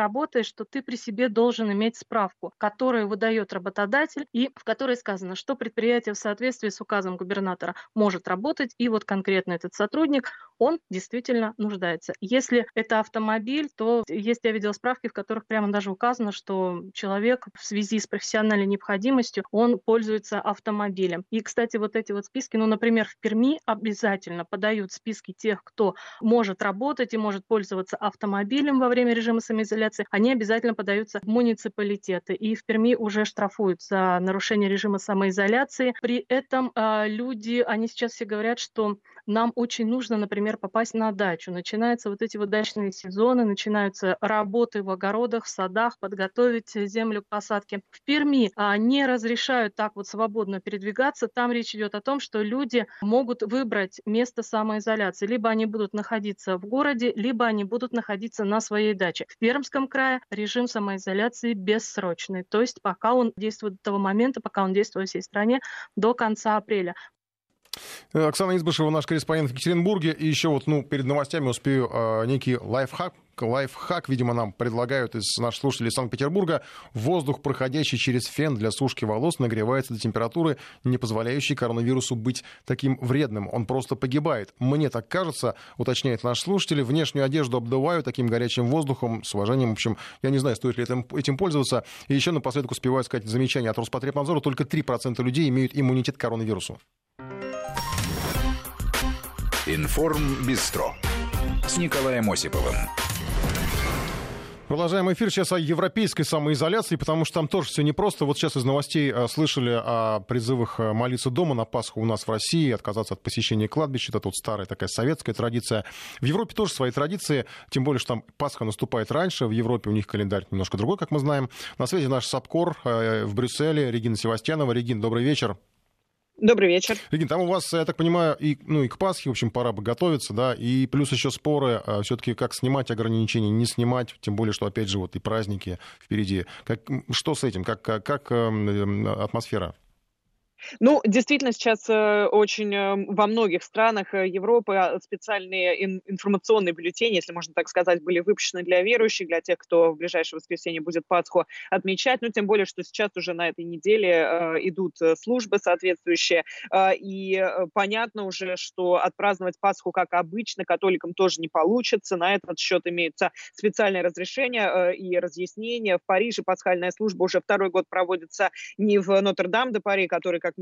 то ты при себе должен иметь справку, которую выдает работодатель и в которой сказано, что предприятие в соответствии с указом губернатора может работать, и вот конкретно этот сотрудник, он действительно нуждается. Если это автомобиль, то я видела справки, в которых прямо даже указано, что человек в связи с профессиональной необходимостью, он пользуется автомобилем. И, кстати, вот эти вот списки, например, в Перми обязательно подают списки тех, кто может работать и может пользоваться автомобилем во время режима самоизоляции, они обязательно подаются в муниципалитеты. И в Перми уже штрафуют за нарушение режима самоизоляции. При этом люди, они сейчас все говорят, что нам очень нужно, например, попасть на дачу. Начинаются вот эти вот дачные сезоны, начинаются работы в огородах, в садах, подготовить землю к посадке. В Перми не разрешают так вот свободно передвигаться. Там речь идет о том, что люди могут выбрать место самоизоляции. Либо они будут находиться в городе, либо они будут находиться на своей даче. В Пермском крае режим самоизоляции бессрочный. То есть пока он действует до того момента, пока он действует в всей стране до конца апреля. Оксана Избышева, наш корреспондент в Екатеринбурге. И еще перед новостями успею некий лайфхак, видимо, нам предлагают из наших слушателей из Санкт-Петербурга. Воздух, проходящий через фен для сушки волос, нагревается до температуры, не позволяющей коронавирусу быть таким вредным. Он просто погибает. Мне так кажется, уточняет наш слушатель. Внешнюю одежду обдуваю таким горячим воздухом. С уважением, в общем, я не знаю, стоит ли этим пользоваться. И еще напоследок успеваю сказать замечание от Роспотребнадзора. Только 3% людей имеют иммунитет к коронавирусу. Информбистро с Николаем Осиповым. Продолжаем эфир сейчас о европейской самоизоляции, потому что там тоже все непросто. Вот сейчас из новостей слышали о призывах молиться дома на Пасху у нас в России, отказаться от посещения кладбища. Это вот старая такая советская традиция. В Европе тоже свои традиции, тем более, что там Пасха наступает раньше. В Европе у них календарь немножко другой, как мы знаем. На связи наш САПКОР в Брюсселе, Регина Севастьянова. Регин, добрый вечер. Добрый вечер. Регин, там у вас, я так понимаю, и к Пасхе, в общем, пора бы готовиться, да, и плюс еще споры, все-таки как снимать ограничения, не снимать, тем более, что, опять же, вот и праздники впереди. Что с этим, как атмосфера? Ну, действительно, сейчас очень во многих странах Европы специальные информационные бюллетени, если можно так сказать, были выпущены для верующих, для тех, кто в ближайшее воскресенье будет Пасху отмечать. Ну, тем более, что сейчас уже на этой неделе идут службы соответствующие. И понятно уже, что отпраздновать Пасху, как обычно, католикам тоже не получится. На этот счет имеются специальные разрешения и разъяснения. В Париже пасхальная служба уже второй год проводится не в Нотр-Дам-де-Пари, который, как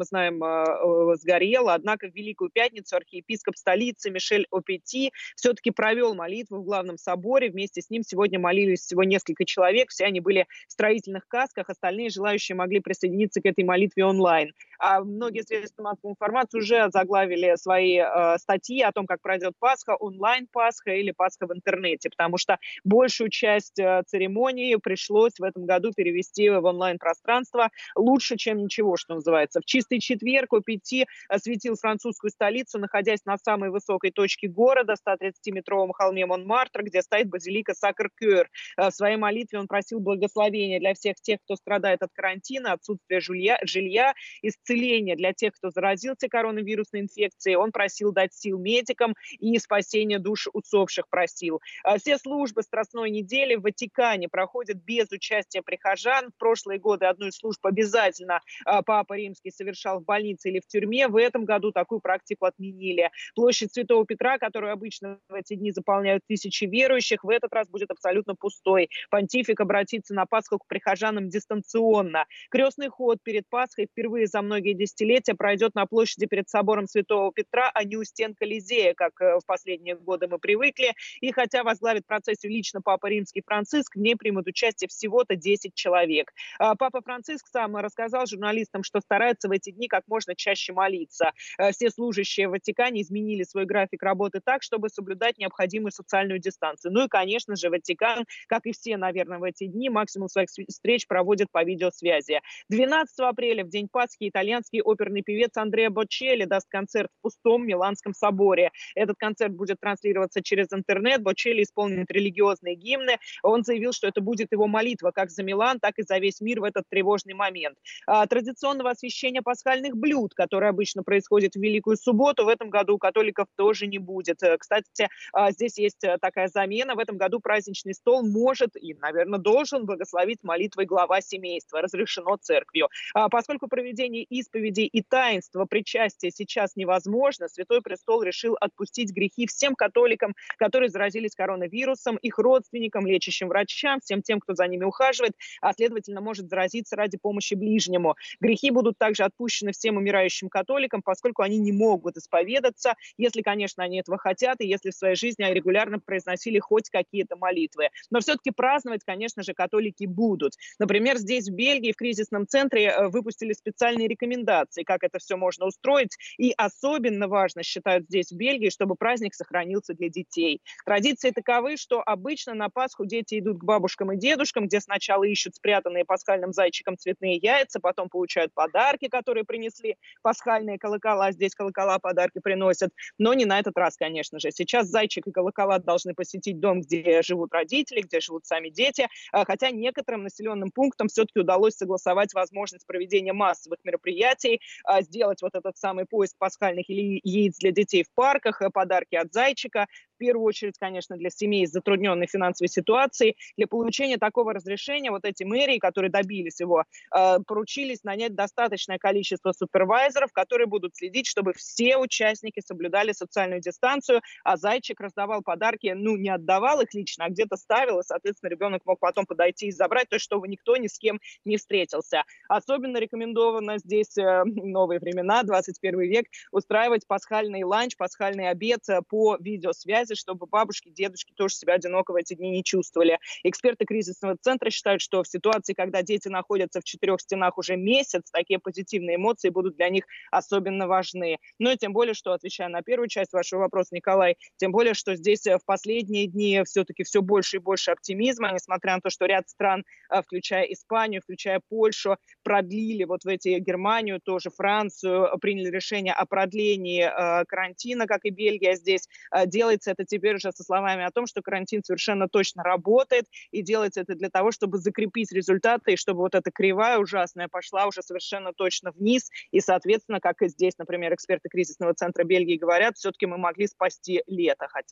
мы знаем, сгорел. Однако в Великую Пятницу архиепископ столицы Мишель Опети все-таки провел молитву в главном соборе. Вместе с ним сегодня молились всего несколько человек. Все они были в строительных касках. Остальные желающие могли присоединиться к этой молитве онлайн. А многие средства массовой информации уже заглавили свои статьи о том, как пройдет Пасха, онлайн-Пасха или Пасха в интернете, потому что большую часть церемонии пришлось в этом году перевести в онлайн-пространство. Лучше, чем ничего, что называется. В чистый четверг Опети осветил французскую столицу, находясь на самой высокой точке города, 130-метровом холме Монмартр, где стоит базилика Сакр-Кёр. В своей молитве он просил благословения для всех тех, кто страдает от карантина, отсутствия жилья, исцеления для тех, кто заразился коронавирусной инфекцией. Он просил дать сил медикам и спасения душ усопших просил. Все службы Страстной недели в Ватикане проходят без участия прихожан. В прошлые годы одну из служб обязательно Папа Римский совершал в больнице или в тюрьме. В этом году такую практику отменили. Площадь Святого Петра, которую обычно в эти дни заполняют тысячи верующих, в этот раз будет абсолютно пустой. Понтифик обратится на Пасху к прихожанам дистанционно. Крестный ход перед Пасхой впервые за многие десятилетия пройдет на площади перед собором Святого Петра, а не у стен Колизея, как в последние годы мы привыкли. И хотя возглавит процессию лично Папа Римский Франциск, в ней примут участие всего-то 10 человек. Папа Франциск сам рассказал журналистам, что старается в эти дни как можно чаще молиться. Все служащие в Ватикане изменили свой график работы так, чтобы соблюдать необходимую социальную дистанцию. Ну и, конечно же, Ватикан, как и все, наверное, в эти дни, максимум своих встреч проводит по видеосвязи. 12 апреля, в день Пасхи, итальянский оперный певец Андреа Бочелли даст концерт в пустом Миланском соборе. Этот концерт будет транслироваться через интернет. Бочелли исполнит религиозные гимны. Он заявил, что это будет его молитва как за Милан, так и за весь мир в этот тревожный момент. Традиционного освящения пасхальных блюд, которое обычно происходит в Великую Субботу, в этом году у католиков тоже не будет. Кстати, здесь есть такая замена. В этом году праздничный стол может и, наверное, должен благословить молитвой глава семейства. Разрешено церковью. Поскольку проведение исповедей и таинства причастия сейчас невозможно, Святой Престол решил отпустить грехи всем католикам, которые заразились коронавирусом, их родственникам, лечащим врачам, всем тем, кто за ними ухаживает, а следовательно может заразиться ради помощи ближнему. Грехи будут также отпущены всем умирающим католикам, поскольку они не могут исповедаться, если, конечно, они этого хотят, и если в своей жизни регулярно произносили хоть какие-то молитвы. Но все-таки праздновать, конечно же, католики будут. Например, здесь, в Бельгии, в кризисном центре выпустили специальные рекомендации, как это все можно устроить. И особенно важно, считают здесь, в Бельгии, чтобы праздник сохранился для детей. Традиции таковы, что обычно на Пасху дети идут к бабушкам и дедушкам, где сначала ищут спрятанные пасхальным зайчиком цветные яйца, потом получают подарки, которые принесли пасхальные колокола. Здесь колокола подарки приносят. Но не на этот раз, конечно же. Сейчас зайчик и колокола должны посетить дом, где живут родители, где живут сами дети. Хотя некоторым населенным пунктам все-таки удалось согласовать возможность проведения массовых мероприятий, сделать вот этот самый поиск пасхальных яиц для детей в парках, подарки от зайчика. В первую очередь, конечно, для семей с затрудненной финансовой ситуацией. Для получения такого разрешения вот эти мэрии, которые добились его, поручились нанять достаточное количество супервайзеров, которые будут следить, чтобы все участники соблюдали социальную дистанцию, а зайчик раздавал подарки, не отдавал их лично, а где-то ставил, и, соответственно, ребенок мог потом подойти и забрать, то есть чтобы никто ни с кем не встретился. Особенно рекомендовано здесь новые времена, 21 век, устраивать пасхальный ланч, пасхальный обед по видеосвязи, чтобы бабушки, дедушки тоже себя одиноко в эти дни не чувствовали. Эксперты кризисного центра считают, что в ситуации, когда дети находятся в 4 стенах уже месяц, такие позитивные эмоции будут для них особенно важны. Но тем более, что, отвечая на первую часть вашего вопроса, Николай, тем более, что здесь в последние дни все-таки все больше и больше оптимизма, несмотря на то, что ряд стран, включая Испанию, включая Польшу, продлили вот в эти Германию, тоже Францию, приняли решение о продлении карантина, как и Бельгия здесь. Делается это теперь уже со словами о том, что карантин совершенно точно работает, и делается это для того, чтобы закрепить результаты, и чтобы вот эта кривая ужасная пошла уже совершенно точно вниз, и, соответственно, как и здесь, например, эксперты кризисного центра Бельгии говорят, все-таки мы могли спасти лето хотя бы.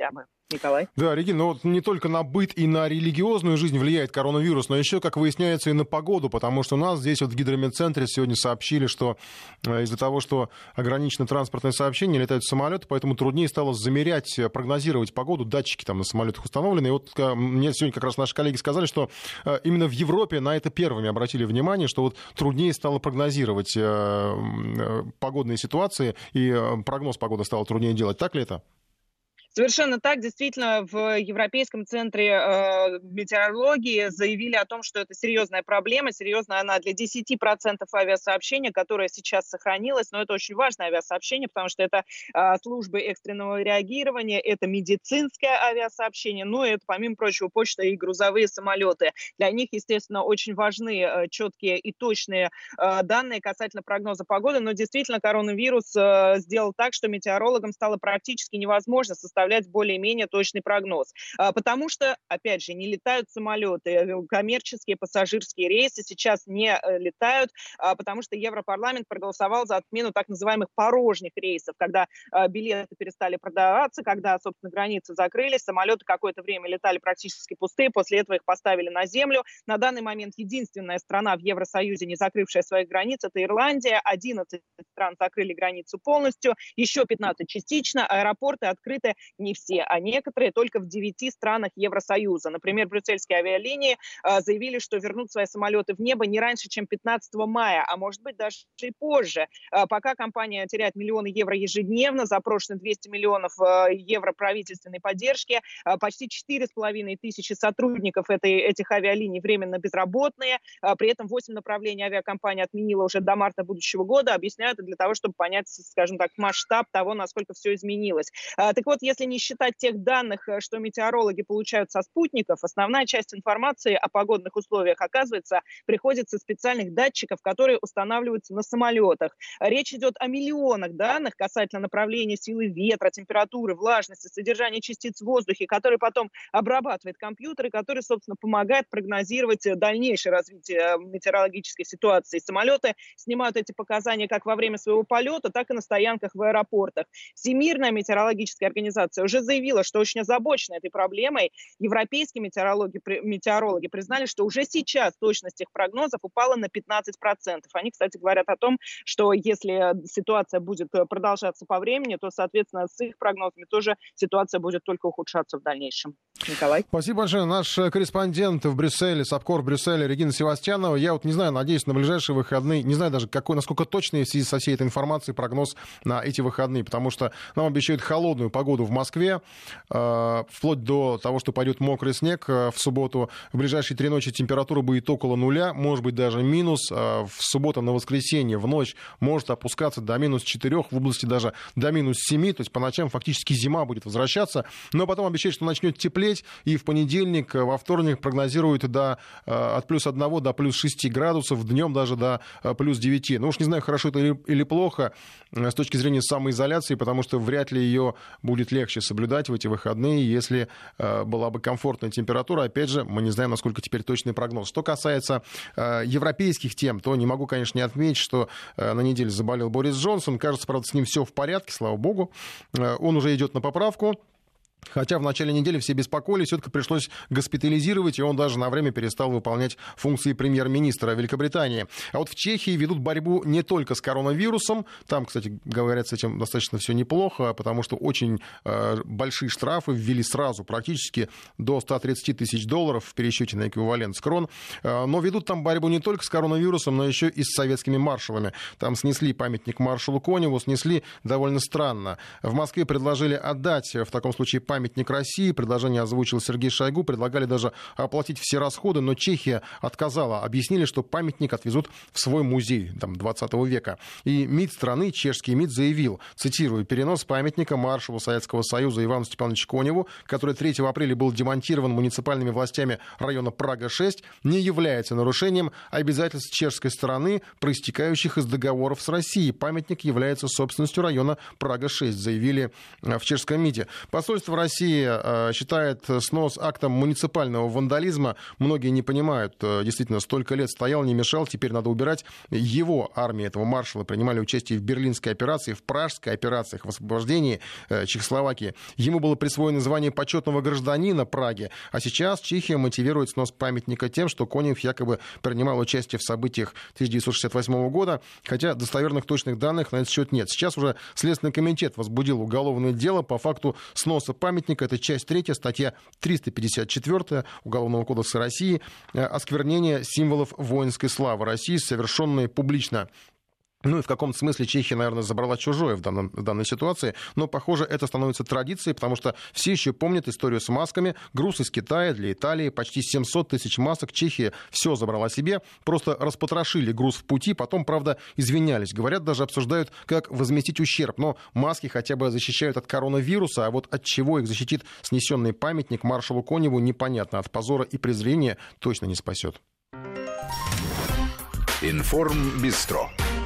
Николай? Да, Регина, вот не только на быт и на религиозную жизнь влияет коронавирус, но еще, как выясняется, и на погоду, потому что у нас здесь вот в гидрометцентре сегодня сообщили, что из-за того, что ограничено транспортное сообщение, летают самолеты, поэтому труднее стало замерять, прогнозировать погоду, датчики там на самолетах установлены. И вот мне сегодня как раз наши коллеги сказали, что именно в Европе на это первыми обратили внимание, что вот труднее стало прогнозировать погодные ситуации, и прогноз погоды стало труднее делать. Так ли это? Совершенно так. Действительно, в Европейском центре метеорологии заявили о том, что это серьезная проблема. Серьезная она для 10% авиасообщения, которое сейчас сохранилось. Но это очень важное авиасообщение, потому что это службы экстренного реагирования, это медицинское авиасообщение, ну и это, помимо прочего, почта и грузовые самолеты. Для них, естественно, очень важны четкие и точные данные касательно прогноза погоды. Но действительно, коронавирус сделал так, что метеорологам стало практически невозможно составлять более-менее точный прогноз. Потому что, опять же, не летают самолеты, коммерческие пассажирские рейсы сейчас не летают, потому что Европарламент проголосовал за отмену так называемых порожних рейсов, когда билеты перестали продаваться, когда, собственно, границы закрылись, самолеты какое-то время летали практически пустые, после этого их поставили на землю. На данный момент единственная страна в Евросоюзе, не закрывшая своих границ, это Ирландия. 11 стран закрыли границу полностью, еще 15 частично, аэропорты открыты не все, а некоторые только в 9 странах Евросоюза. Например, брюссельские авиалинии заявили, что вернут свои самолеты в небо не раньше, чем 15 мая, а может быть даже и позже. Пока компания теряет миллионы евро ежедневно, запрошены 200 миллионов евро правительственной поддержки, почти 4,5 тысячи сотрудников этих авиалиний временно безработные, при этом 8 направлений авиакомпания отменила уже до марта будущего года, объясняют это для того, чтобы понять, скажем так, масштаб того, насколько все изменилось. Так вот, если не считать тех данных, что метеорологи получают со спутников, основная часть информации о погодных условиях, оказывается, приходит со специальных датчиков, которые устанавливаются на самолетах. Речь идет о миллионах данных касательно направления силы ветра, температуры, влажности, содержания частиц в воздухе, которые потом обрабатывает компьютер и который, собственно, помогает прогнозировать дальнейшее развитие метеорологической ситуации. Самолеты снимают эти показания как во время своего полета, так и на стоянках в аэропортах. Всемирная метеорологическая организация уже заявила, что очень озабочена этой проблемой. Европейские метеорологи признали, что уже сейчас точность их прогнозов упала на 15%. Они, кстати, говорят о том, что если ситуация будет продолжаться по времени, то, соответственно, с их прогнозами тоже ситуация будет только ухудшаться в дальнейшем. Николай? Спасибо большое. Наш корреспондент в Брюсселе, САПКОР в Брюсселе, Регина Севастьянова. Я вот не знаю, надеюсь, на ближайшие выходные, не знаю даже, насколько точный в связи со всей этой информацией прогноз на эти выходные, потому что нам обещают холодную погоду в Москве, вплоть до того, что пойдет мокрый снег в субботу. В ближайшие 3 ночи температура будет около нуля, может быть даже минус. В субботу на воскресенье в ночь может опускаться до минус 4, в области даже до минус 7, то есть по ночам фактически зима будет возвращаться, но потом обещают, что начнет теплеть, и в понедельник, во вторник прогнозируют от плюс 1 до плюс 6 градусов, днем даже до плюс 9. Ну уж не знаю, хорошо это или плохо с точки зрения самоизоляции, потому что вряд ли ее будет легче соблюдать в эти выходные, если была бы комфортная температура. Опять же, мы не знаем, насколько теперь точный прогноз. Что касается европейских тем, то не могу, конечно, не отметить, что на неделе заболел Борис Джонсон. Кажется, правда, с ним все в порядке, слава богу. Он уже идет на поправку. Хотя в начале недели все беспокоились, все-таки пришлось госпитализировать, и он даже на время перестал выполнять функции премьер-министра Великобритании. А вот в Чехии ведут борьбу не только с коронавирусом. Там, кстати, говорят, с этим достаточно все неплохо, потому что очень большие штрафы ввели сразу, практически до $130 тысяч в пересчете на эквивалент с крон. Но ведут там борьбу не только с коронавирусом, но еще и с советскими маршалами. Там снесли памятник маршалу Коневу, снесли довольно странно. В Москве предложили отдать в таком случае памятник России. Предложение озвучил Сергей Шойгу. Предлагали даже оплатить все расходы, но Чехия отказала. Объяснили, что памятник отвезут в свой музей 20 века. И МИД страны, чешский МИД, заявил, цитирую, перенос памятника маршалу Советского Союза Ивану Степановичу Коневу, который 3 апреля был демонтирован муниципальными властями района Прага-6, не является нарушением обязательств чешской стороны, проистекающих из договоров с Россией. Памятник является собственностью района Прага-6, заявили в чешском МИДе. Посольство России считает снос актом муниципального вандализма. Многие не понимают, действительно, столько лет стоял, не мешал, теперь надо убирать. Его армия, этого маршала, принимали участие в Берлинской операции, в Пражской операциях, в освобождении Чехословакии. Ему было присвоено звание почетного гражданина Праги, а сейчас Чехия мотивирует снос памятника тем, что Конев якобы принимал участие в событиях 1968 года, хотя достоверных точных данных на этот счет нет. Сейчас уже Следственный комитет возбудил уголовное дело по факту сноса памятника. Это часть 3, статья 354 Уголовного кодекса России, осквернение символов воинской славы России, совершенные публично. Ну и в каком-то смысле Чехия, наверное, забрала чужое в данной ситуации, но, похоже, это становится традицией, потому что все еще помнят историю с масками. Груз из Китая для Италии, почти 700 тысяч масок. Чехия все забрала себе, просто распотрошили груз в пути, потом, правда, извинялись. Говорят, даже обсуждают, как возместить ущерб. Но маски хотя бы защищают от коронавируса, а вот от чего их защитит снесенный памятник маршалу Коневу, непонятно. От позора и презрения точно не спасет. Информбистро.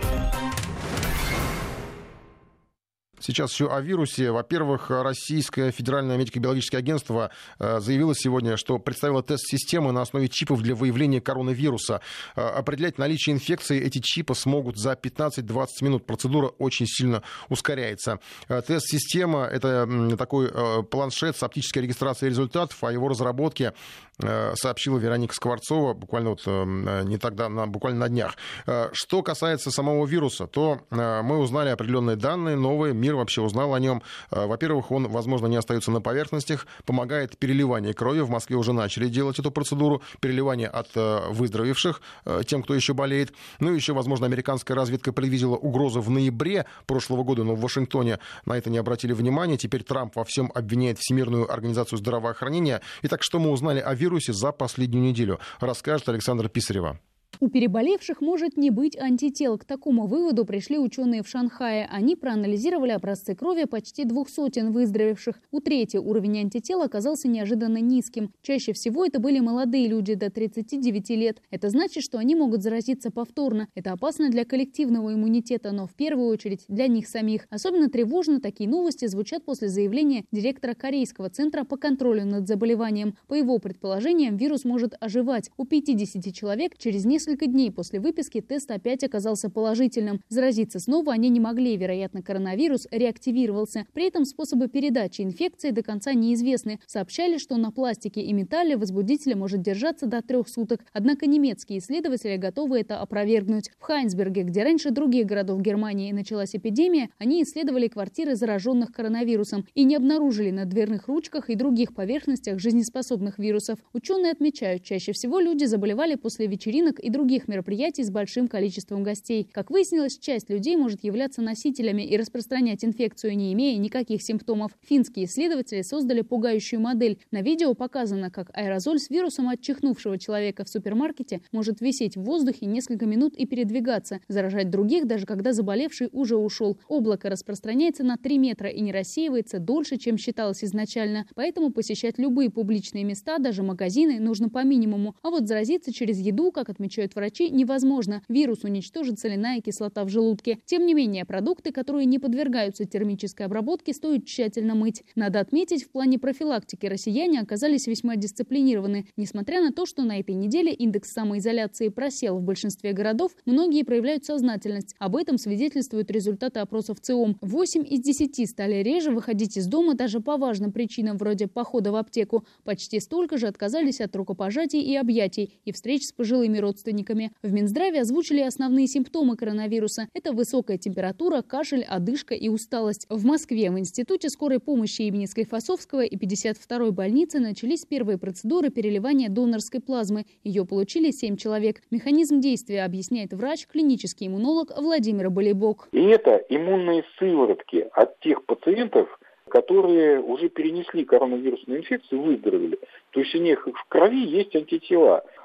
Сейчас еще о вирусе. Во-первых, Российское федеральное медико-биологическое агентство заявило сегодня, что представило тест-системы на основе чипов для выявления коронавируса. Определять наличие инфекции эти чипы смогут за 15-20 минут. Процедура очень сильно ускоряется. Тест-система — это такой планшет с оптической регистрацией результатов. О его разработке сообщила Вероника Скворцова буквально не так давно, буквально на днях. Что касается самого вируса, то мы узнали определенные данные, новые. Мир вообще узнал о нем. Во-первых, он, возможно, не остается на поверхностях, помогает переливание крови. В Москве уже начали делать эту процедуру. Переливание от выздоровевших, тем, кто еще болеет. Ну и еще, возможно, американская разведка предвидела угрозу в ноябре прошлого года, но в Вашингтоне на это не обратили внимания. Теперь Трамп во всем обвиняет Всемирную организацию здравоохранения. Итак, что мы узнали о вирусе за последнюю неделю, расскажет Александра Писарева. У переболевших может не быть антител. К такому выводу пришли ученые в Шанхае. Они проанализировали образцы крови почти 200 выздоровевших. У трети уровень антител оказался неожиданно низким. Чаще всего это были молодые люди до 39 лет. Это значит, что они могут заразиться повторно. Это опасно для коллективного иммунитета, но в первую очередь для них самих. Особенно тревожно такие новости звучат после заявления директора Корейского центра по контролю над заболеванием. По его предположениям, вирус может оживать. У 50 человек через несколько дней после выписки тест опять оказался положительным. Заразиться снова они не могли, вероятно, коронавирус реактивировался. При этом способы передачи инфекции до конца неизвестны. Сообщали, что на пластике и металле возбудитель может держаться до 3 суток. Однако немецкие исследователи готовы это опровергнуть. В Хайнсберге, где раньше других городов Германии началась эпидемия, они исследовали квартиры зараженных коронавирусом и не обнаружили на дверных ручках и других поверхностях жизнеспособных вирусов. Ученые отмечают, чаще всего люди заболевали после вечеринок и других мероприятий с большим количеством гостей. Как выяснилось, часть людей может являться носителями и распространять инфекцию, не имея никаких симптомов. Финские исследователи создали пугающую модель. На видео показано, как аэрозоль с вирусом от чихнувшего человека в супермаркете может висеть в воздухе несколько минут и передвигаться, заражать других, даже когда заболевший уже ушел. Облако распространяется на 3 метра и не рассеивается дольше, чем считалось изначально. Поэтому посещать любые публичные места, даже магазины, нужно по минимуму. А вот заразиться через еду, как отмечают врачи, невозможно. Вирус уничтожит соляная кислота в желудке. Тем не менее, продукты, которые не подвергаются термической обработке, стоит тщательно мыть. Надо отметить, в плане профилактики россияне оказались весьма дисциплинированы. Несмотря на то, что на этой неделе индекс самоизоляции просел в большинстве городов, многие проявляют сознательность. Об этом свидетельствуют результаты опросов ЦИОМ. 8 из 10 стали реже выходить из дома даже по важным причинам, вроде похода в аптеку. Почти столько же отказались от рукопожатий и объятий и встреч с пожилыми родственниками. В Минздраве озвучили основные симптомы коронавируса. Это высокая температура, кашель, одышка и усталость. В Москве в Институте скорой помощи имени Склифосовского и 52-й больнице начались первые процедуры переливания донорской плазмы. Ее получили 7 человек. Механизм действия объясняет врач, клинический иммунолог Владимир Болибок. И это иммунные сыворотки от тех пациентов, которые уже перенесли коронавирусную инфекцию, выздоровели. То есть у них в крови есть антитела.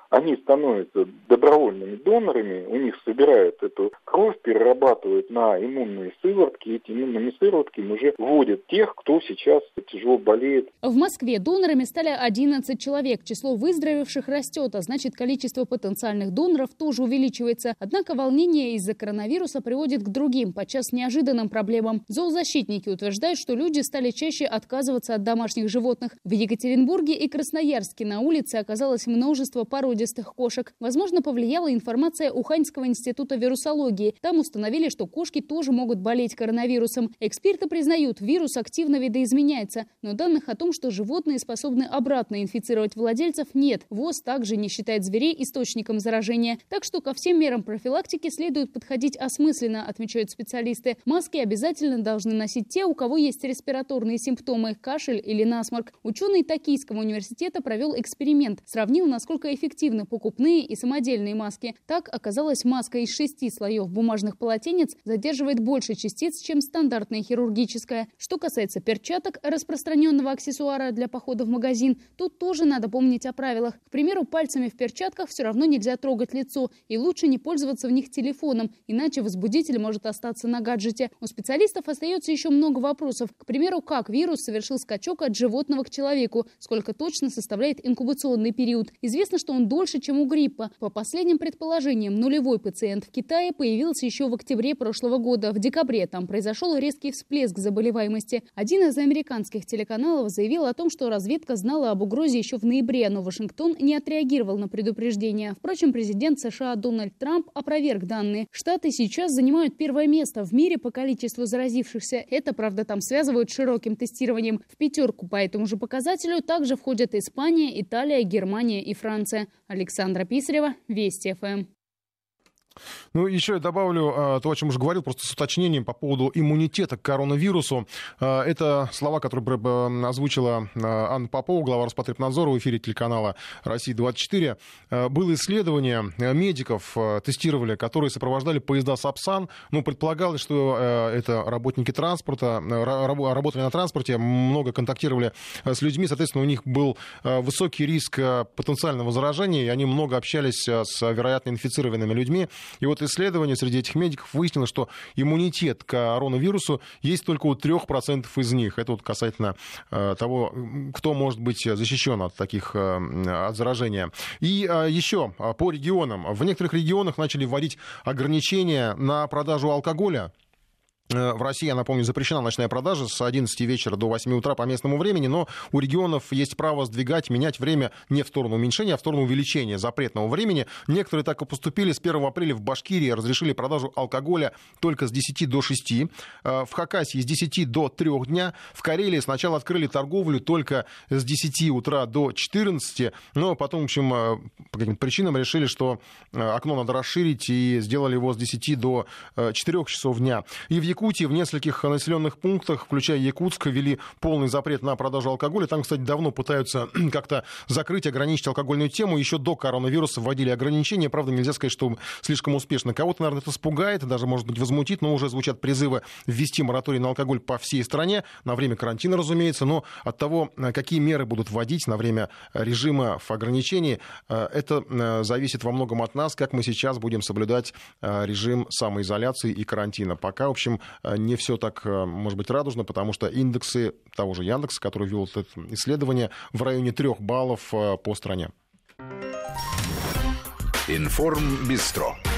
они становятся добровольными донорами, у них собирают эту кровь, перерабатывают на иммунные сыворотки, эти иммунные сыворотки уже вводят тех, кто сейчас тяжело болеет. В Москве донорами стали 11 человек. Число выздоровевших растет, а значит, количество потенциальных доноров тоже увеличивается. Однако волнение из-за коронавируса приводит к другим, подчас неожиданным проблемам. Зоозащитники утверждают, что люди стали чаще отказываться от домашних животных. В Екатеринбурге и Красноярске на улице оказалось множество породистых кошек. Возможно, повлияла информация Уханьского института вирусологии. Там установили, что кошки тоже могут болеть коронавирусом. Эксперты признают, вирус активно видоизменяется, но данных о том, что животные способны обратно инфицировать владельцев, нет. ВОЗ также не считает зверей источником заражения. Так что ко всем мерам профилактики следует подходить осмысленно, отмечают специалисты. Маски обязательно должны носить те, у кого есть респираторные симптомы – кашель или насморк. Ученый Токийского университета провел эксперимент, сравнил, насколько эффективны покупные и самодельные маски. Так оказалось, маска из 6 слоев бумажных полотенец задерживает больше частиц, чем стандартная хирургическая. Что касается перчаток, распространенного аксессуара для похода в магазин, тут тоже надо помнить о правилах. К примеру, пальцами в перчатках все равно нельзя трогать лицо, и лучше не пользоваться в них телефоном, иначе возбудитель может остаться на гаджете. У специалистов остается еще много вопросов. К примеру, как вирус совершил скачок от животного к человеку, сколько точно составляет инкубационный период. Известно, что он дольше, чем у гриппа. По последним предположениям, нулевой пациент в Китае появился еще в октябре прошлого года. В декабре там произошел резкий всплеск заболеваемости. Один из американских телеканалов заявил о том, что разведка знала об угрозе еще в ноябре, но Вашингтон не отреагировал на предупреждение. Впрочем, президент США Дональд Трамп опроверг данные. Штаты сейчас занимают первое место в мире по количеству заразившихся. Это, правда, там связывают с широким тестированием. В пятерку по этому же показателю также входят Испания, Италия, Германия и Франция. Александра Писарева, Вести ФМ. Ну, еще я добавлю то, о чем уже говорил, просто с уточнением по поводу иммунитета к коронавирусу. Это слова, которые озвучила Анна Попова, глава Роспотребнадзора, в эфире телеканала «Россия-24». Было исследование медиков, тестировали, которые сопровождали поезда Сапсан. Ну, предполагалось, что это работники транспорта, работали на транспорте, много контактировали с людьми, соответственно, у них был высокий риск потенциального заражения, и они много общались с вероятно инфицированными людьми. И вот исследование среди этих медиков выяснило, что иммунитет к коронавирусу есть только у 3% из них. Это вот касательно того, кто может быть защищен от таких, от заражения. И еще по регионам. В некоторых регионах начали вводить ограничения на продажу алкоголя. В России, я напомню, запрещена ночная продажа с 11 вечера до 8 утра по местному времени, но у регионов есть право сдвигать, менять время не в сторону уменьшения, а в сторону увеличения запретного времени. Некоторые так и поступили. С 1 апреля в Башкирии разрешили продажу алкоголя только с 10 до 6, в Хакасии с 10 до 3 дня. В Карелии сначала открыли торговлю только с 10 утра до 14, но потом, в общем, по каким-то причинам решили, что окно надо расширить, и сделали его с 10 до 4 часов дня. И в Якутии в нескольких населенных пунктах, включая Якутск, ввели полный запрет на продажу алкоголя. Там, кстати, давно пытаются как-то закрыть, ограничить алкогольную тему. Еще до коронавируса вводили ограничения. Правда, нельзя сказать, что слишком успешно. Кого-то, наверное, это испугает, даже, может быть, возмутит, но уже звучат призывы ввести мораторий на алкоголь по всей стране, на время карантина, разумеется. Но от того, какие меры будут вводить на время режима ограничений, это зависит во многом от нас, как мы сейчас будем соблюдать режим самоизоляции и карантина. Пока, в общем, не все так, может быть, радужно, потому что индексы того же Яндекса, который вел это исследование, в районе 3 баллов по стране. Информбистро.